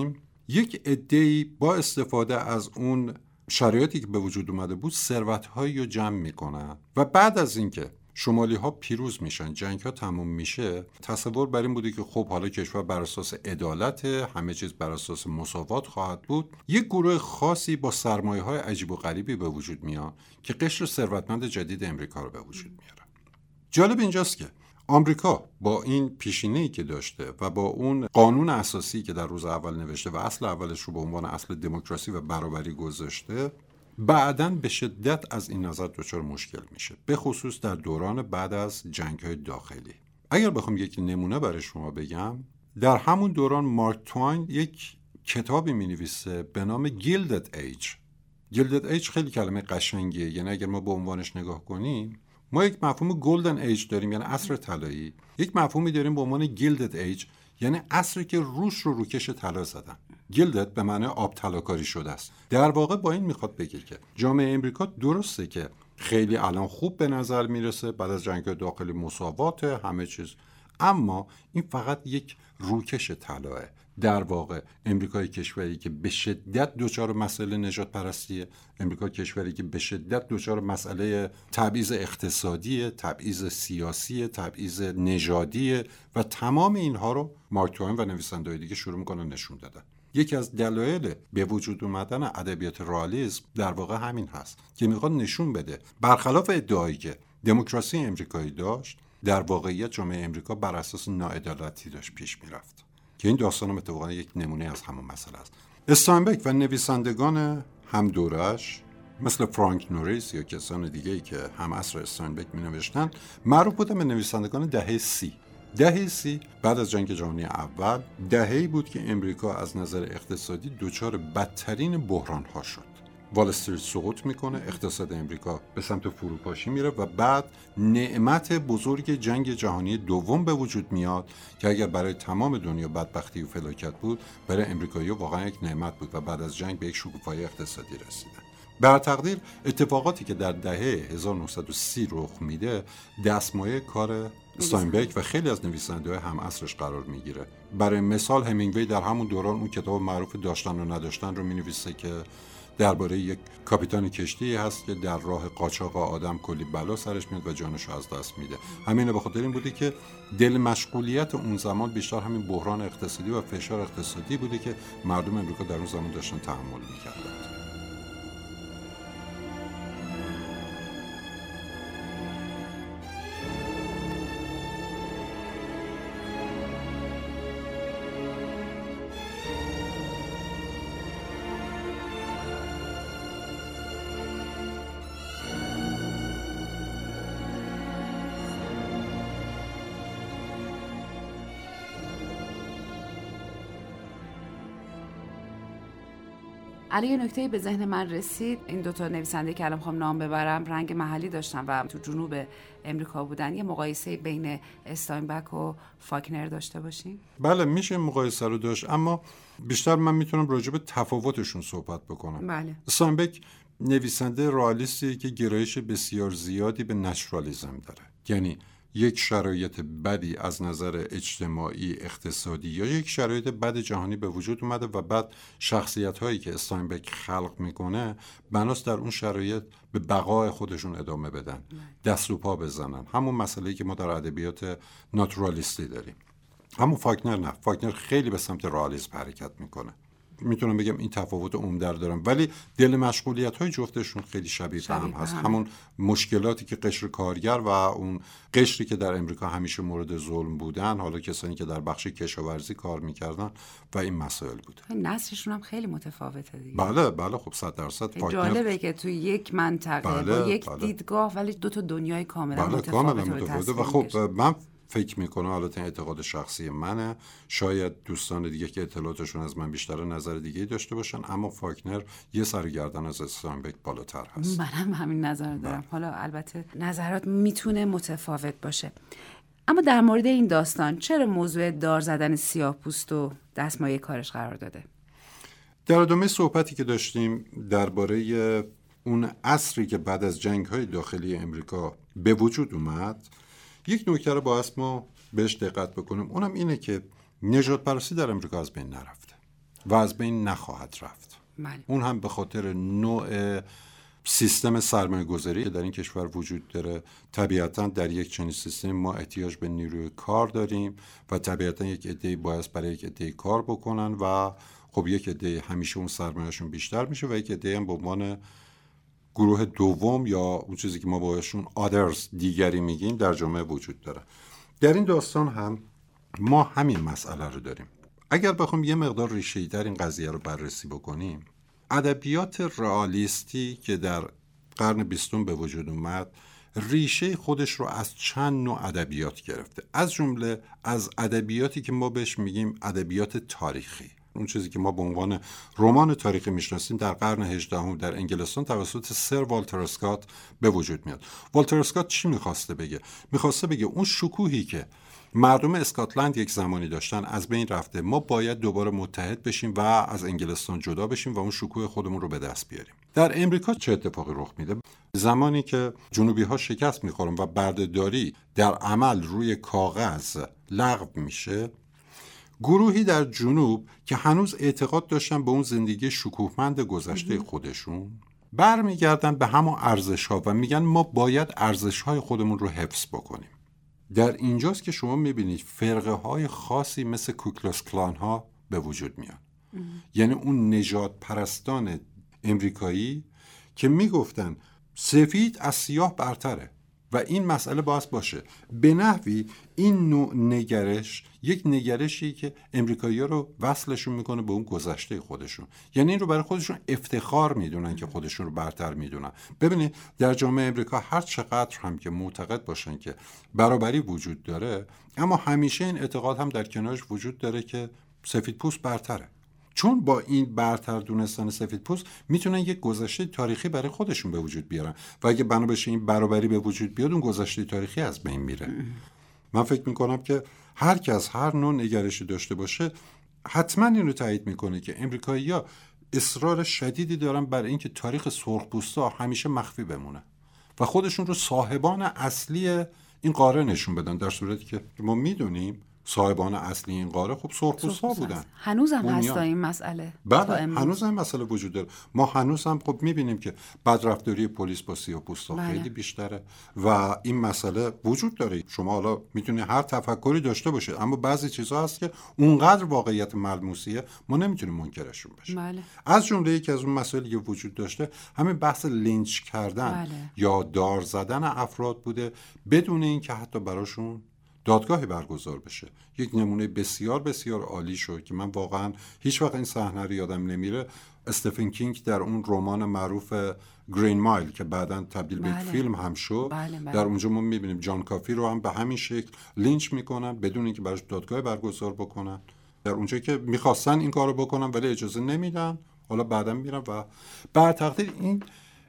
یک عده‌ای با استفاده از اون شرایطی که به وجود اومده بود ثروت‌هایی رو جمع میکنن و بعد از اینکه شمالی ها پیروز میشن، جنگ ها تموم میشه، تصور بر این بوده که خب حالا کشور بر اساس عدالت، همه چیز بر اساس مساوات خواهد بود. یک گروه خاصی با سرمایه های عجیب و غریبی به وجود میان که قشر ثروتمند جدید امریکا رو به وجود میارن. جالب اینجاست که آمریکا با این پیشینه‌ای که داشته و با اون قانون اساسی که در روز اول نوشته و اصل اولش رو به عنوان اصل دموکراسی و برابری گذاشته، بعداً به شدت از این نظر دچار مشکل میشه، به خصوص در دوران بعد از جنگ‌های داخلی. اگر بخوام یک نمونه برای شما بگم، در همون دوران مارک توین یک کتابی می‌نویسه به نام گیلدد ایج. گیلدد ایج خیلی کلمه قشنگیه، یعنی اگر ما به عنوانش نگاه کنیم، ما یک مفهوم گلدن ایج داریم یعنی عصر طلایی، یک مفهومی داریم به عنوان گیلدد ایج یعنی عصری که روش رو روکش طلا زدن. گیلدد به معنی آب طلاکاری شده است. در واقع با این میخواد بگه که جامعه امریکا درسته که خیلی الان خوب به نظر میرسه، بعد از جنگ داخلی مساوات همه چیز، اما این فقط یک روکش طلاه. در واقع امریکا کشوری که به شدت دچار مسئله نجات پرستیه، امریکا کشوری که به شدت دچار مسئله تبعیض اقتصادی، تبعیض سیاسی، تبعیض نژادی و تمام اینها رو مارک توین و نویسنده‌های دیگه شروع میکنن نشون دادن. یکی از دلایل به وجود اومدن ادبیات رئالیسم در واقع همین هست که میخواد نشون بده برخلاف ادعایی که دموکراسی امریکایی داشت، در واقعیت جامعه امریکا بر اساس ناعدالتی داشت پیش میرفت، که این داستان اتفاقا یک نمونه از همون مسئله است. استاینبک و نویسندگان هم دورش مثل فرانک نوریس یا کسان دیگه‌ای که هم عصر استاینبک می‌نوشتن معروف بودن به نویسندگان دهه 30. دهه 30 بعد از جنگ جهانی اول دهه‌ای بود که امریکا از نظر اقتصادی دچار بدترین بحران‌ها شد. وال استریت سقوط میکنه، اقتصاد امریکا به سمت فروپاشی میره و بعد نعمت بزرگ جنگ جهانی دوم به وجود میاد که اگر برای تمام دنیا بدبختی و فلاکت بود، برای امریکایی‌ها واقعا یک نعمت بود و بعد از جنگ به یک شکوفایی اقتصادی رسیدن. بر تقدیر اتفاقاتی که در دهه 1930 رخ میده دستمایه کار استاینبک و خیلی از نویسنده‌های هم عصرش قرار میگیره. برای مثال همینگوی در همون دوران اون کتاب معروف داشتن و نداشتن رو مینویسه که درباره یک کاپیتان کشتی هست که در راه قاچاق آدم کلی بلا سرش میاد و جانش از دست میده. همین به خاطر این بوده که دل مشغولیت اون زمان بیشتر همین بحران اقتصادی و فشار اقتصادی بوده که مردم امریکا در اون زمان داشتن تحمل میکردند. علی، یه نکته به ذهن من رسید. این دوتا نویسنده که الان میخوام نام ببرم رنگ محلی داشتن و تو جنوب امریکا بودن. یه مقایسه بین استاینبک و فاکنر داشته باشیم؟ بله میشه مقایسه رو داشت، اما بیشتر من میتونم راجع به تفاوتشون صحبت بکنم. بله. استاینبک نویسنده رئالیستی که گرایش بسیار زیادی به نچرالیسم داره، یعنی یک شرایط بدی از نظر اجتماعی، اقتصادی یا یک شرایط بد جهانی به وجود اومده و بعد شخصیت‌هایی که استاینبک خلق میکنه بناست در اون شرایط به بقای خودشون ادامه بدن، دست و پا بزنن. همون مسئله‌ای که ما در ادبیات ناتورالیستی داریم. اما فاکنر نه، فاکنر خیلی به سمت رئالیسم حرکت میکنه. میتونم بگم این تفاوت عمده دارن، ولی دل مشغولیت‌های جفتشون خیلی شبیه هم هست. همون مشکلاتی که قشر کارگر و اون قشری که در امریکا همیشه مورد ظلم بودن، حالا کسانی که در بخش کشاورزی کار میکردن و این مسائل بوده. نسلشون هم خیلی متفاوته دیگه. بله خب 100% فاکنر جالبه که توی یک منطقه با یک دیدگاه ولی دو تا دنیای کاملا متفاوته. و خب من فکر میکنم، البته اعتقاد شخصی منه، شاید دوستان دیگه که اطلاعاتشون از من بیشتر نظر دیگه داشته باشن، اما فاکنر یه سرگردن از استاینبک بالاتر هست. منم همین نظر دارم. حالا البته نظرات میتونه متفاوت باشه، اما در مورد این داستان چرا موضوع دار زدن سیاه‌پوست و دستمایه کارش قرار داده؟ در ادامه صحبتی که داشتیم درباره اون عصری که بعد از جنگ‌های داخلی امریکا به وجود اومد، یک نکته رو باید ما بهش دقت بکنیم، اونم اینه که نژاد پرستی در امریکا از بین نرفته. و از بین نخواهد رفت. بله. اون هم به خاطر نوع سیستم سرمایه گذاری که در این کشور وجود داره. طبیعتا در یک چنین سیستمی ما احتیاج به نیروی کار داریم و طبیعتا یک عده‌ای باید برای یک عده‌ای کار بکنن و خب یک عده همیشه اون سرمایه‌شون بیشتر میشه و یک عده هم به عنوان گروه دوم یا اون چیزی که ما باشون others دیگری میگیم در جامعه وجود داره. در این داستان هم ما همین مسئله رو داریم. اگر بخوام یه مقدار ریشه‌ای در این قضیه رو بررسی بکنیم، ادبیات رئالیستی که در قرن 20 به وجود اومد ریشه خودش رو از چند نوع ادبیات گرفته، از جمله از ادبیاتی که ما بهش میگیم ادبیات تاریخی. اون چیزی که ما به عنوان رمان تاریخی میشناسیم در قرن 18 در انگلستان توسط سر والتر اسکات به وجود میاد. والتر اسکات چی میخواسته بگه؟ میخواسته بگه اون شکوهی که مردم اسکاتلند یک زمانی داشتن از بین رفته، ما باید دوباره متحد بشیم و از انگلستان جدا بشیم و اون شکوه خودمون رو به دست بیاریم. در امریکا چه اتفاقی رخ میده؟ زمانی که جنوبی ها شکست میخورن و بردهداری در عمل روی کاغذ لغو میشه، گروهی در جنوب که هنوز اعتقاد داشتن به اون زندگی شکوهمند گذشته خودشون، برمیگردن به همون ارزش‌ها و میگن ما باید ارزش‌های خودمون رو حفظ بکنیم. در اینجاست که شما میبینید فرقه های خاصی مثل کوکلاس کلان ها به وجود میاد. یعنی اون نژاد پرستان امریکایی که میگفتن سفید از سیاه برتره و این مسئله باید باشه. به نحوی این نوع نگرش یک نگرشی که امریکایی‌ها رو وصلشون میکنه به اون گذشته خودشون، یعنی این رو برای خودشون افتخار میدونن که خودشون رو برتر میدونن. ببینید در جامعه امریکا هر چقدر هم که معتقد باشن که برابری وجود داره، اما همیشه این اعتقاد هم در کنارش وجود داره که سفیدپوست برتره، چون با این برتر دونستن سفیدپوست میتونن یک گذشته تاریخی برای خودشون به وجود بیارن و اگه بنا بشه این برابری به وجود بیاد، اون گذشته تاریخی از بین میره. من فکر میکنم که هر کس هر نوع نگرشی داشته باشه حتما این رو تایید میکنه که امریکایی‌ها اصرار شدیدی دارن بر اینکه تاریخ سرخپوستا همیشه مخفی بمونه و خودشون رو صاحبان اصلی این قاره نشون بدن، در صورتی که ما میدونیم صاحبان اصلی این قاره خب سرخپوست‌ها بودن. هنوز هم هست این مسئله. بله هنوز هم مسئله وجود داره. ما هنوز هم خب میبینیم که بدرفتاری پلیس با سیاه‌پوستا خیلی بیشتره و این مسئله وجود داره. شما حالا میتونی هر تفکری داشته باشه، اما بعضی چیزها هست که اونقدر واقعیت ملموسیه ما نمیتونیم منکرشون بشیم. بله. از جمله یکی از اون مسائلی که وجود داشته همین بحث لینچ کردن یا دار زدن افراد بوده بدون اینکه حتی براشون دادگاهی برگزار بشه. یک نمونه بسیار بسیار عالی شد که من واقعا هیچ وقت این صحنه رو یادم نمیره. استفن کینگ در اون رمان معروف گرین مایل که بعداً تبدیل به فیلم هم شد، در اونجا ما میبینیم جان کافی رو هم به همین شکل لینچ میکنن بدون اینکه براش دادگاهی برگزار بکنن. در اونجا که میخواستن این کارو بکنن ولی اجازه نمیدن، حالا بعداً میرن و بر تقدیر این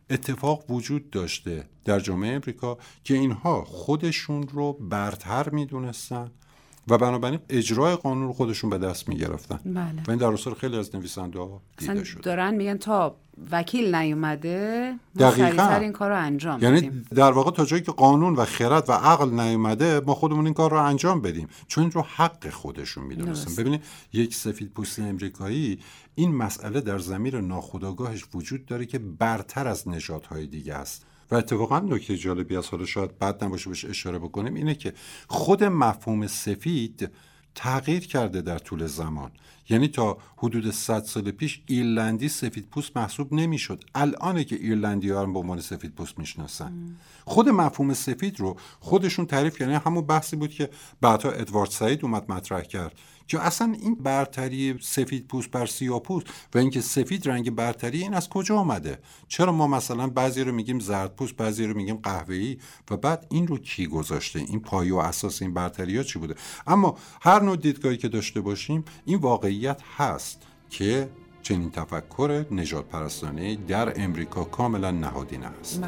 اتفاق وجود داشته در جامعه امریکا که اینها خودشون رو برتر میدونستن و بنابراین اجرای قانون رو خودشون به دست میگرفتن. بله. و این در اصل خیلی از نویسنده‌ها دیده شده. دارن میگن تا وکیل نیومده دقیقاً این کار رو انجام یعنی بدیم. در واقع تا جایی که قانون و خرد و عقل نیومده ما خودمون این کار رو انجام بدیم، چون این رو حق خودشون میدونستن. ببینید یک سفیدپوست امریکایی این مسئله در ضمیر ناخودآگاهش وجود داره که برتر از نژادهای دیگه است. و اتفاقا نکته جالبی از حالا شاید بد نباشه بهش اشاره بکنیم اینه که خود مفهوم سفید تغییر کرده در طول زمان. یعنی تا حدود 100 سال پیش ایرلندی سفیدپوست محسوب نمیشد، الانه که ایرلندی‌ها رو به عنوان سفیدپوست میشناسن. خود مفهوم سفید رو خودشون تعریف کردن. همون بحثی بود که بعدا ادوارد سعید اومد مطرح کرد که اصلا این برتری سفید پوست بر سیاه پوست و اینکه سفید رنگ برتری این از کجا آمده؟ چرا ما مثلا بعضی رو میگیم زرد پوست، بعضی رو میگیم قهوه‌ای و بعد این رو کی گذاشته؟ این پایه و اساس این برتری‌ها چی بوده؟ اما هر نوع دیدگاهی که داشته باشیم این واقعیت هست که چنین تفکر نژاد پرستانه در امریکا کاملا نهادینه است.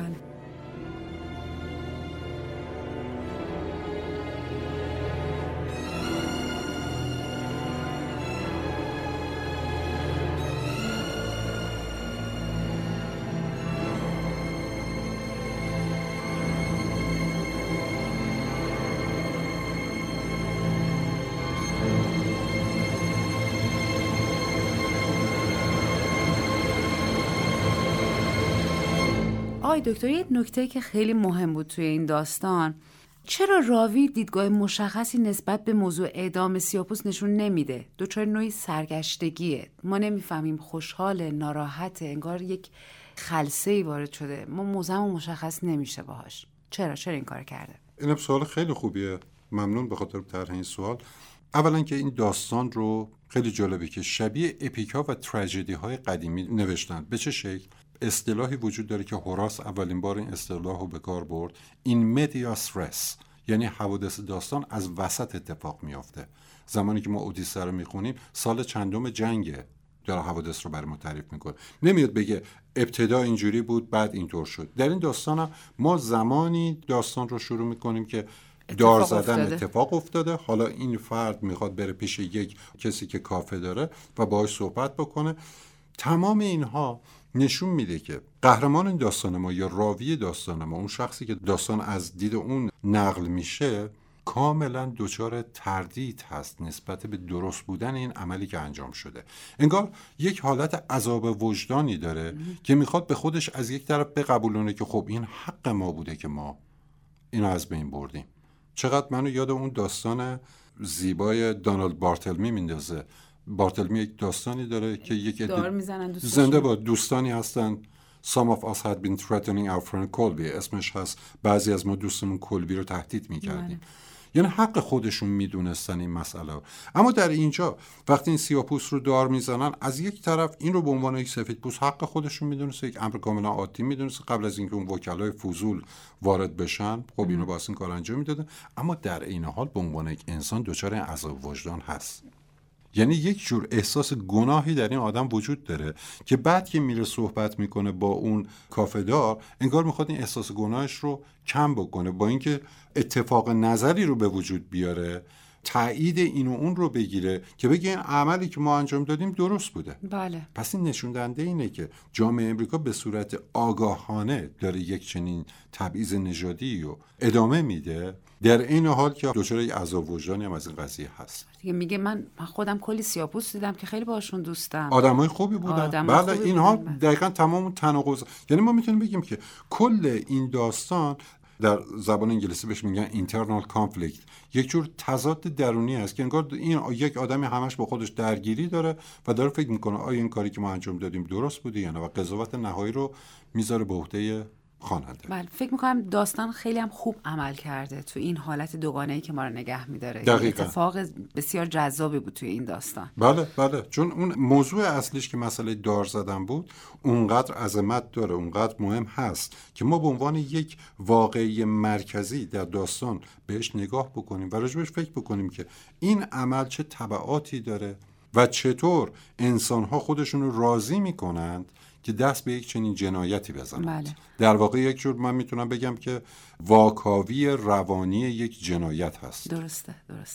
آقای دکتر، یه نکته که خیلی مهم بود توی این داستان، چرا راوی دیدگاه مشخصی نسبت به موضوع اعدام سیاه‌پوست نشون نمیده؟ دچار نوعی سرگشتگیه، ما نمیفهمیم خوشحال، ناراحت، انگار یک خلسه‌ای وارد شده، ما موضوعمون مشخص نمیشه باهاش. چرا این کار کرده؟ این سوال خیلی خوبیه، ممنون به خاطر طرح این سوال. اولا که این داستان رو خیلی جالبه که شبیه اپیک‌ها و تراژدی های قدیمی نوشتن. به چه شکل؟ اصطلاحی وجود داره که هوراس اولین بار این اصطلاح رو به کار برد، این مدیاس رس، یعنی حوادث داستان از وسط اتفاق میافته. زمانی که ما اودیسه رو میخونیم سال چندم جنگه، داره حوادث رو برای ما تعریف میکنه، نمیاد بگه ابتدا اینجوری بود بعد اینطور شد. در این داستان هم ما زمانی داستان رو شروع میکنیم که دار زدن اتفاق افتاده، حالا این فرد میخواد بره پیش یک کسی که کافه داره و باهاش صحبت بکنه. تمام اینها نشون میده که قهرمان این داستان ما یا راوی داستان ما، اون شخصی که داستان از دید اون نقل میشه، کاملا دچار تردید هست نسبت به درست بودن این عملی که انجام شده. انگار یک حالت عذاب وجدانی داره که میخواد به خودش از یک طرف بقبولونه که خب این حق ما بوده که ما اینو از بین بردیم. چقدر منو یاد اون داستان زیبای دانالد بارتلمی میندازه. بارتلمی یک داستانی داره که یک زنده با دوستانی هستن. Some of us had been threatening our friend Colby. اسمش هست بعضی از ما دوستمون کلبی رو تهدید میکردیم. یعنی حق خودشون میدونستن این مسئله. اما در اینجا وقتی این سیاه‌پوست رو دار میزنن، از یک طرف این رو به عنوان یک سفیدپوست حق خودشون میدونسته، یک امر کاملا عادی میدونسته قبل از اینکه اون وکلای فضول وارد بشن، خب اینو واسه این کار انجام میدادن. اما در این حال به عنوان یک انسان دچار عذاب وجدان هست. یعنی یک جور احساس گناهی در این آدم وجود داره که بعد که میره صحبت میکنه با اون کافه‌دار، انگار میخواد این احساس گناهش رو کم بکنه، با اینکه اتفاق نظری رو به وجود بیاره، تایید این و اون رو بگیره که بگه این عملی که ما انجام دادیم درست بوده. بله. پس این نشون دهنده اینه که جامعه امریکا به صورت آگاهانه داره یک چنین تبعیض نژادی رو ادامه میده، در این حال که دچار عذاب وجدانی هم از این قضیه هست. میگه من خودم کلی سیاه‌پوست دیدم که خیلی باهاشون دوستم، آدمای خوبی بودن. بله، اینها دقیقاً تمام تناقض. یعنی ما میتونیم بگیم که کل این داستان در زبان انگلیسی بهش میگن internal conflict، یک جور تضاد درونی است که انگار این یک آدمی همش با خودش درگیری داره و داره فکر میکنه آیا این کاری که ما انجام دادیم درست بوده یا نه، و قضاوت نهایی رو میذاره به عهده خواننده. بله، فکر میکنم داستان خیلی هم خوب عمل کرده تو این حالت دوگانه‌ای که ما رو نگه میداره. اتفاق بسیار جذابی بود توی این داستان. بله، چون اون موضوع اصلیش که مسئله دار زدن بود اونقدر عظمت داره، اونقدر مهم هست که ما به عنوان یک واقعی مرکزی در داستان بهش نگاه بکنیم و راجبش فکر بکنیم که این عمل چه تبعاتی داره و چطور انسان‌ها خودشون رو راضی میکنند که دست به یک چنین جنایتی بزنند. بله. در واقع یک جور من میتونم بگم که واکاوی روانی یک جنایت هست. درسته.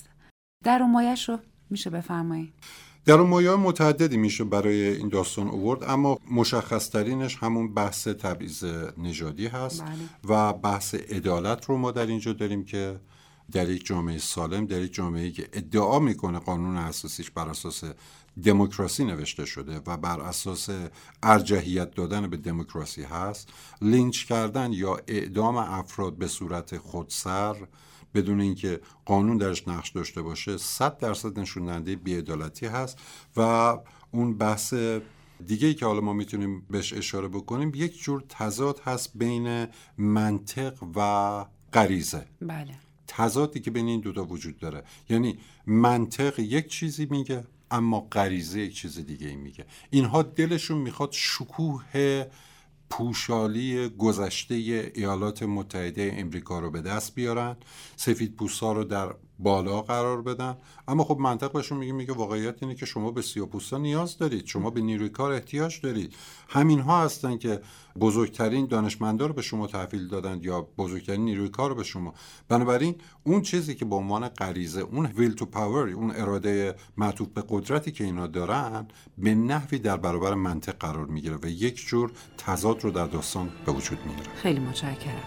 در اون مایش رو میشه بفرمایید؟ در اون مایه متعددی میشه برای این داستان آورد، اما مشخص ترینش همون بحث تبعیض نژادی هست. بله. و بحث عدالت رو ما در اینجا داریم که در یک جامعه سالم، در یک جامعه‌ای که ادعا میکنه قانون اساسیش بر اساس دموکراسی نوشته شده و بر اساس ارجحیت دادن به دموکراسی هست، لینچ کردن یا اعدام افراد به صورت خودسر بدون اینکه قانون درش نقش داشته باشه 100% نشون دهنده بی‌عدالتی هست. و اون بحث دیگه‌ای که حالا ما میتونیم بهش اشاره بکنیم، یک جور تضاد هست بین منطق و غریزه. بله. تضادی که بین این دوتا وجود داره، یعنی منطق یک چیزی میگه اما غریزه یک چیز دیگه میگه. اینها دلشون میخواد شکوه پوشالی گذشته ایالات متحده امریکا رو به دست بیارن، سفیدپوستا رو در بالا قرار بدن، اما خب منطق بهشون میگه واقعیت اینه که شما به سیاه‌پوستا نیاز دارید، شما به نیروی کار احتیاج دارید. همینها هستن که بزرگترین دانشمندا رو به شما تحویل دادن یا بزرگترین نیروی کار رو به شما. بنابراین اون چیزی که به عنوان غریزه، اون ویل تو پاور، اون اراده معطوف به قدرتی که اینا دارن، به نحوی در برابر منطق قرار میگیره و یک جور تضاد رو در داستان به وجود میاره. خیلی متشکرم.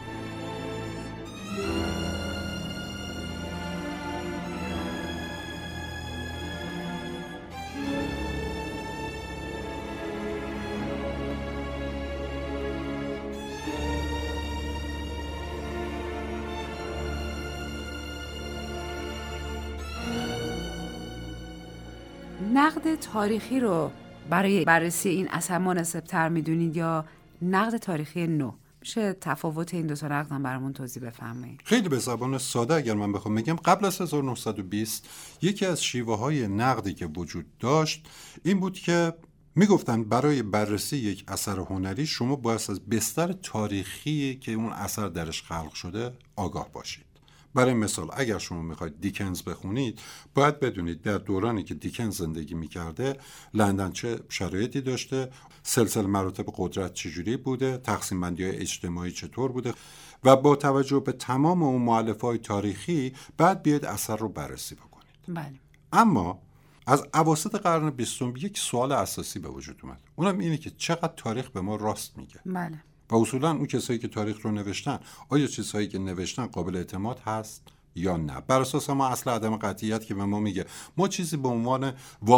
نقد تاریخی رو برای بررسی این اثر مناسب‌تر می‌دونید یا نقد تاریخی نو؟ میشه تفاوت این دو تا نقد هم برامون توضیح بفرمایید؟ خیلی به زبان ساده اگر من بخوام بگم، قبل از 1920 یکی از شیوه‌های نقدی که وجود داشت این بود که میگفتن برای بررسی یک اثر هنری شما باید از بستر تاریخی که اون اثر درش خلق شده آگاه باشید. برای مثال اگر شما میخواید دیکنز بخونید، باید بدونید در دورانی که دیکنز زندگی میکرده لندن چه شرایطی داشته، سلسله مراتب قدرت چجوری بوده، تقسیم بندی های اجتماعی چطور بوده و با توجه به تمام اون مؤلفه‌های تاریخی بعد بیاید اثر رو بررسی بکنید. بله. اما از اواسط قرن 20 یک سوال اساسی به وجود اومد، اونم اینه که چقدر تاریخ به ما راست میگه. بله. و اصولا اون کسایی که تاریخ رو نوشتن، آیا چیزهایی که نوشتن قابل اعتماد هست یا نه؟ بر اساس ما اصل عدم قطعیت که به ما میگه ما چیزی به عنوان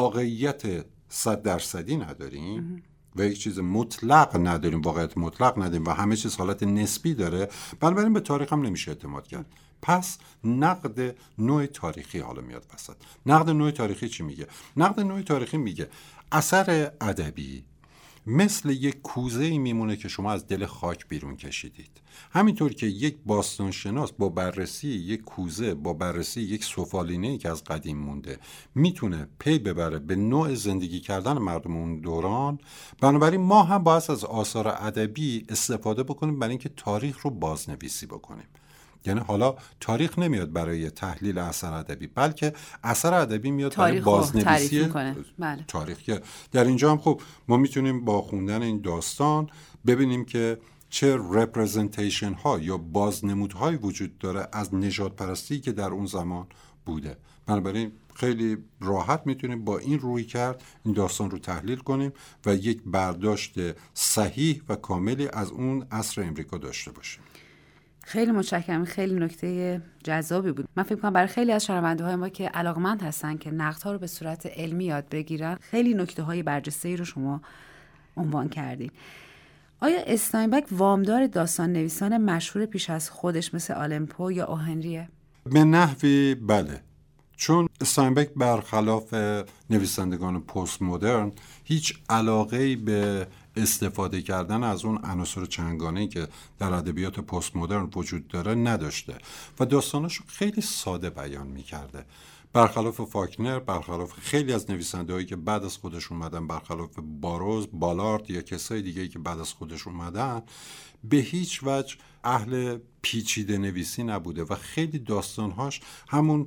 واقعیت 100% نداریم و یک چیز مطلق نداریم، واقعیت مطلق نداریم و همه چیز حالت نسبی داره، بنابراین به تاریخ هم نمیشه اعتماد کرد. پس نقد نوع تاریخی حالا میاد وسط. نقد نوع تاریخی چی میگه؟ نقد نوع تاریخی میگه اثر ادبی مثل یک کوزه‌ای میمونه که شما از دل خاک بیرون کشیدید. همینطور که یک باستانشناس با بررسی یک کوزه، با بررسی یک سفالینه‌ای که از قدیم مونده میتونه پی ببره به نوع زندگی کردن مردم اون دوران، بنابراین ما هم باید از آثار ادبی استفاده بکنیم برای اینکه تاریخ رو بازنویسی بکنیم. یعنی حالا تاریخ نمیاد برای تحلیل اثر ادبی، بلکه اثر ادبی میاد برای بازنویسی تاریخ. که در اینجا هم خب ما میتونیم با خوندن این داستان ببینیم که چه رپرزنتیشن ها یا بازنمودهایی وجود داره از نژاد پرستی که در اون زمان بوده. بنابراین خیلی راحت میتونیم با این روی کرد این داستان رو تحلیل کنیم و یک برداشت صحیح و کاملی از اون عصر امریکا داشته باشیم. خیلی متشکرم. خیلی نکته جذابی بود. من فکر کنم برای خیلی از شنونده‌های ما که علاقمند هستن که نقدها رو به صورت علمی یاد بگیرن، خیلی نکته‌های برجسته‌ای رو شما عنوان کردین. آیا استاینبک وامدار داستان نویسان مشهور پیش از خودش مثل آلن پو یا اوهنریه؟ به نحوی بله، چون استاینبک برخلاف نویسندگان پست مدرن هیچ علاقه‌ای به استفاده کردن از اون عناصر چندگانه‌ای که در ادبیات پست مدرن وجود داره نداشته و داستاناشو خیلی ساده بیان می‌کرده. برخلاف فاکنر، برخلاف خیلی از نویسنده‌هایی که بعد از خودش اومدن، برخلاف باروز، بالارد یا کسای دیگه‌ای که بعد از خودش اومدن، به هیچ وجه اهل پیچیده نویسی نبوده و خیلی داستان‌هاش همون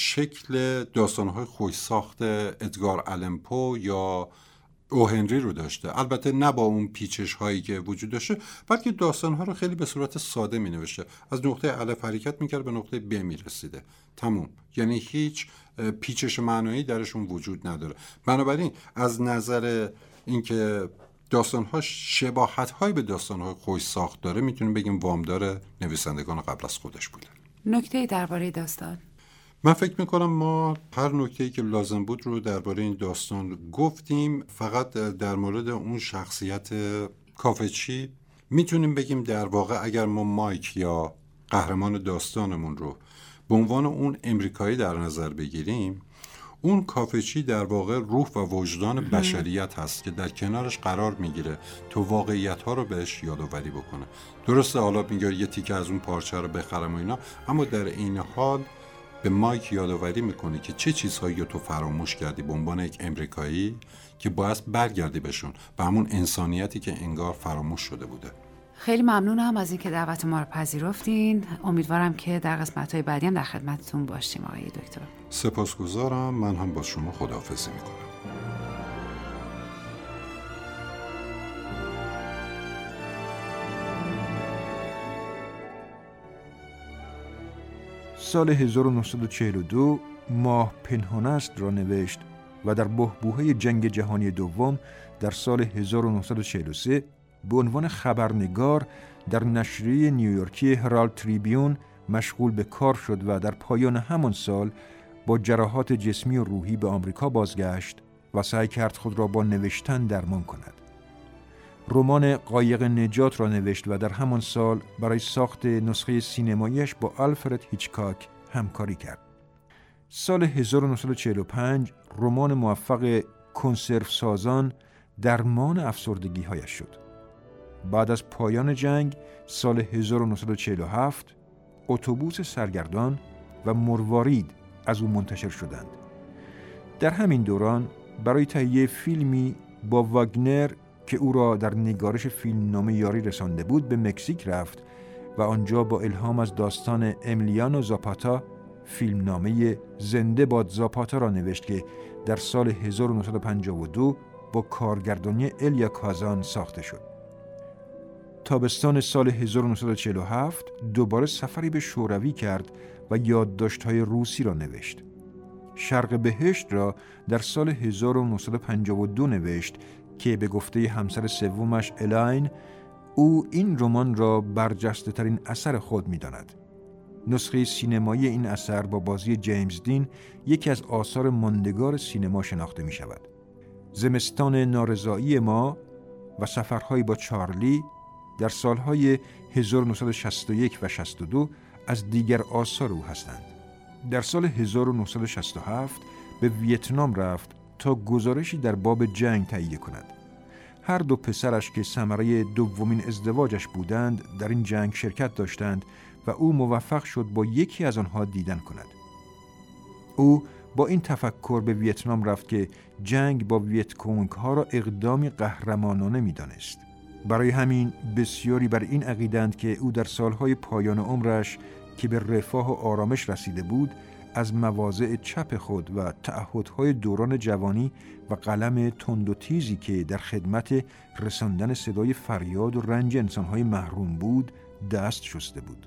شکل داستان‌های خوش ساخت ادگار آلن پو یا اوهنری رو داشته، البته نه با اون پیچش هایی که وجود داشته، بلکه داستان ها رو خیلی به صورت ساده می نوشته، از نقطه الف حرکت میکرد به نقطه ب می رسیده، تموم. یعنی هیچ پیچش معنایی درشون وجود نداره. بنابراین از نظر اینکه داستان ها شباهت هایی به داستان های خوش ساخت داره، میتونیم بگیم وامدار نویسندگان قبل از خودش بوده. نکته درباره داستان؟ من فکر میکنم ما هر نکته‌ای که لازم بود رو درباره این داستان گفتیم. فقط در مورد اون شخصیت کافچی میتونیم بگیم در واقع اگر ما مایک یا قهرمان داستانمون رو به عنوان اون امریکایی در نظر بگیریم، اون کافچی در واقع روح و وجدان بشریت هست که در کنارش قرار میگیره تو واقعیت ها رو بهش یادآوری بکنه. درسته حالا میگه یه تیکه از اون پارچه رو بخرم و اینا، اما در این حال به مایک یادآوری میکنه که چه چیزهایی رو تو فراموش کردی به عنوان یک امریکایی که باید برگردی بهشون، به همون انسانیتی که انگار فراموش شده بوده. خیلی ممنونم از اینکه دعوت ما رو پذیرفتین. امیدوارم که در قسمت‌های بعدی هم در خدمتتون باشیم آقای دکتر. سپاسگزارم. من هم با شما خداحافظی میکنم. سال 1942 ماه پنهان است را نوشت و در بحبوحه جنگ جهانی دوم در سال 1943 به عنوان خبرنگار در نشریه نیویورکی هرالد تریبیون مشغول به کار شد و در پایان همان سال با جراحات جسمی و روحی به آمریکا بازگشت و سعی کرد خود را با نوشتن درمان کند. رمان قایق نجات را نوشت و در همان سال برای ساخت نسخه سینماییش با آلفرد هیچکاک همکاری کرد. سال 1945 رمان موفق کنسرو سازان درمان افسردگی هایش شد. بعد از پایان جنگ سال 1947 اتوبوس سرگردان و مروارید از او منتشر شدند. در همین دوران برای تهیه فیلمی با واگنر که او را در نگارش فیلمنامه یاری رسانده بود به مکزیک رفت و آنجا با الهام از داستان امیلیانو زاپاتا فیلمنامه زنده باد زاپاتا را نوشت که در سال 1952 با کارگردانی الیا کازان ساخته شد. تابستان سال 1947 دوباره سفری به شوروی کرد و یادداشت‌های روسی را نوشت. شرق بهشت را در سال 1952 نوشت که به گفته همسر سومش الاین او این رمان را برجسته ترین اثر خود می داند. نسخه سینمایی این اثر با بازی جیمز دین یکی از آثار ماندگار سینما شناخته می شود. زمستان نارضایی ما و سفرهایی با چارلی در سالهای 1961 و 62 از دیگر آثار او هستند. در سال 1967 به ویتنام رفت تا گزارشی در باب جنگ تهیه کند. هر دو پسرش که ثمره دومین ازدواجش بودند در این جنگ شرکت داشتند و او موفق شد با یکی از آنها دیدن کند. او با این تفکر به ویتنام رفت که جنگ با ویتکونگ ها را اقدامی قهرمانانه می دانست. برای همین بسیاری بر این عقیدند که او در سالهای پایان عمرش که به رفاه و آرامش رسیده بود از مواضع چپ خود و تعهدهای دوران جوانی و قلم تند و تیزی که در خدمت رساندن صدای فریاد و رنج انسانهای محروم بود دست شسته بود.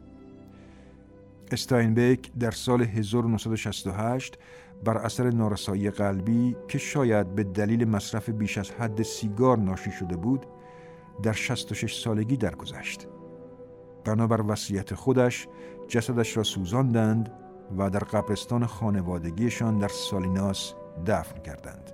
استاینبک در سال 1968 بر اثر نارسایی قلبی که شاید به دلیل مصرف بیش از حد سیگار ناشی شده بود در 66 سالگی درگذشت. بنابر وصیت خودش جسدش را سوزاندند و در قبرستان خانوادگیشان در سالیناس دفن کردند.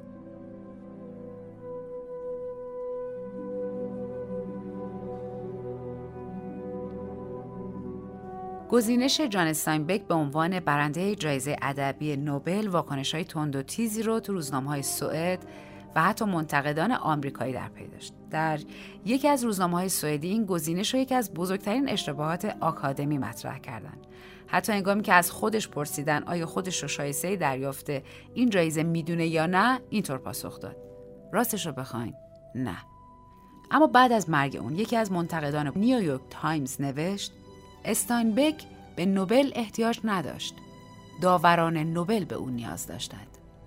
گزینش جان استاینبک به عنوان برنده جایزه ادبی نوبل واکنش‌های تند و تیزی رو تو روزنامه‌های سوئد و حتی منتقدان آمریکایی در پی داشت. در یکی از روزنامه‌های سوئدی این گزینش رو یکی از بزرگترین اشتباهات آکادمی مطرح کردند. حتی هنگامی که از خودش پرسیدن آیا خودش رو شایسته دریافت این جایزه میدونه یا نه، اینطور پاسخ داد: راستش رو بخواین، نه. اما بعد از مرگ اون یکی از منتقدان نیویورک تایمز نوشت: استاینبک به نوبل احتیاج نداشت. داوران نوبل به او نیاز داشتند.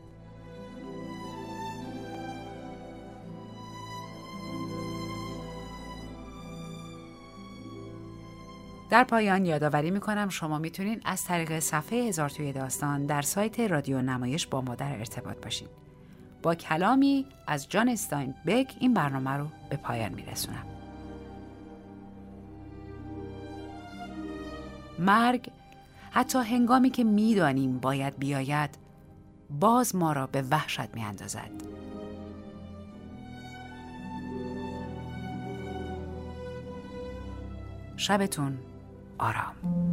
در پایان یادآوری میکنم شما میتونین از طریق صفحه هزار توی داستان در سایت رادیو نمایش با ما در ارتباط باشین. با کلامی از جان استاینبک این برنامه رو به پایان میرسونم. مرگ حتی هنگامی که میدانیم باید بیاید باز ما را به وحشت میاندازد. شبتون آرام.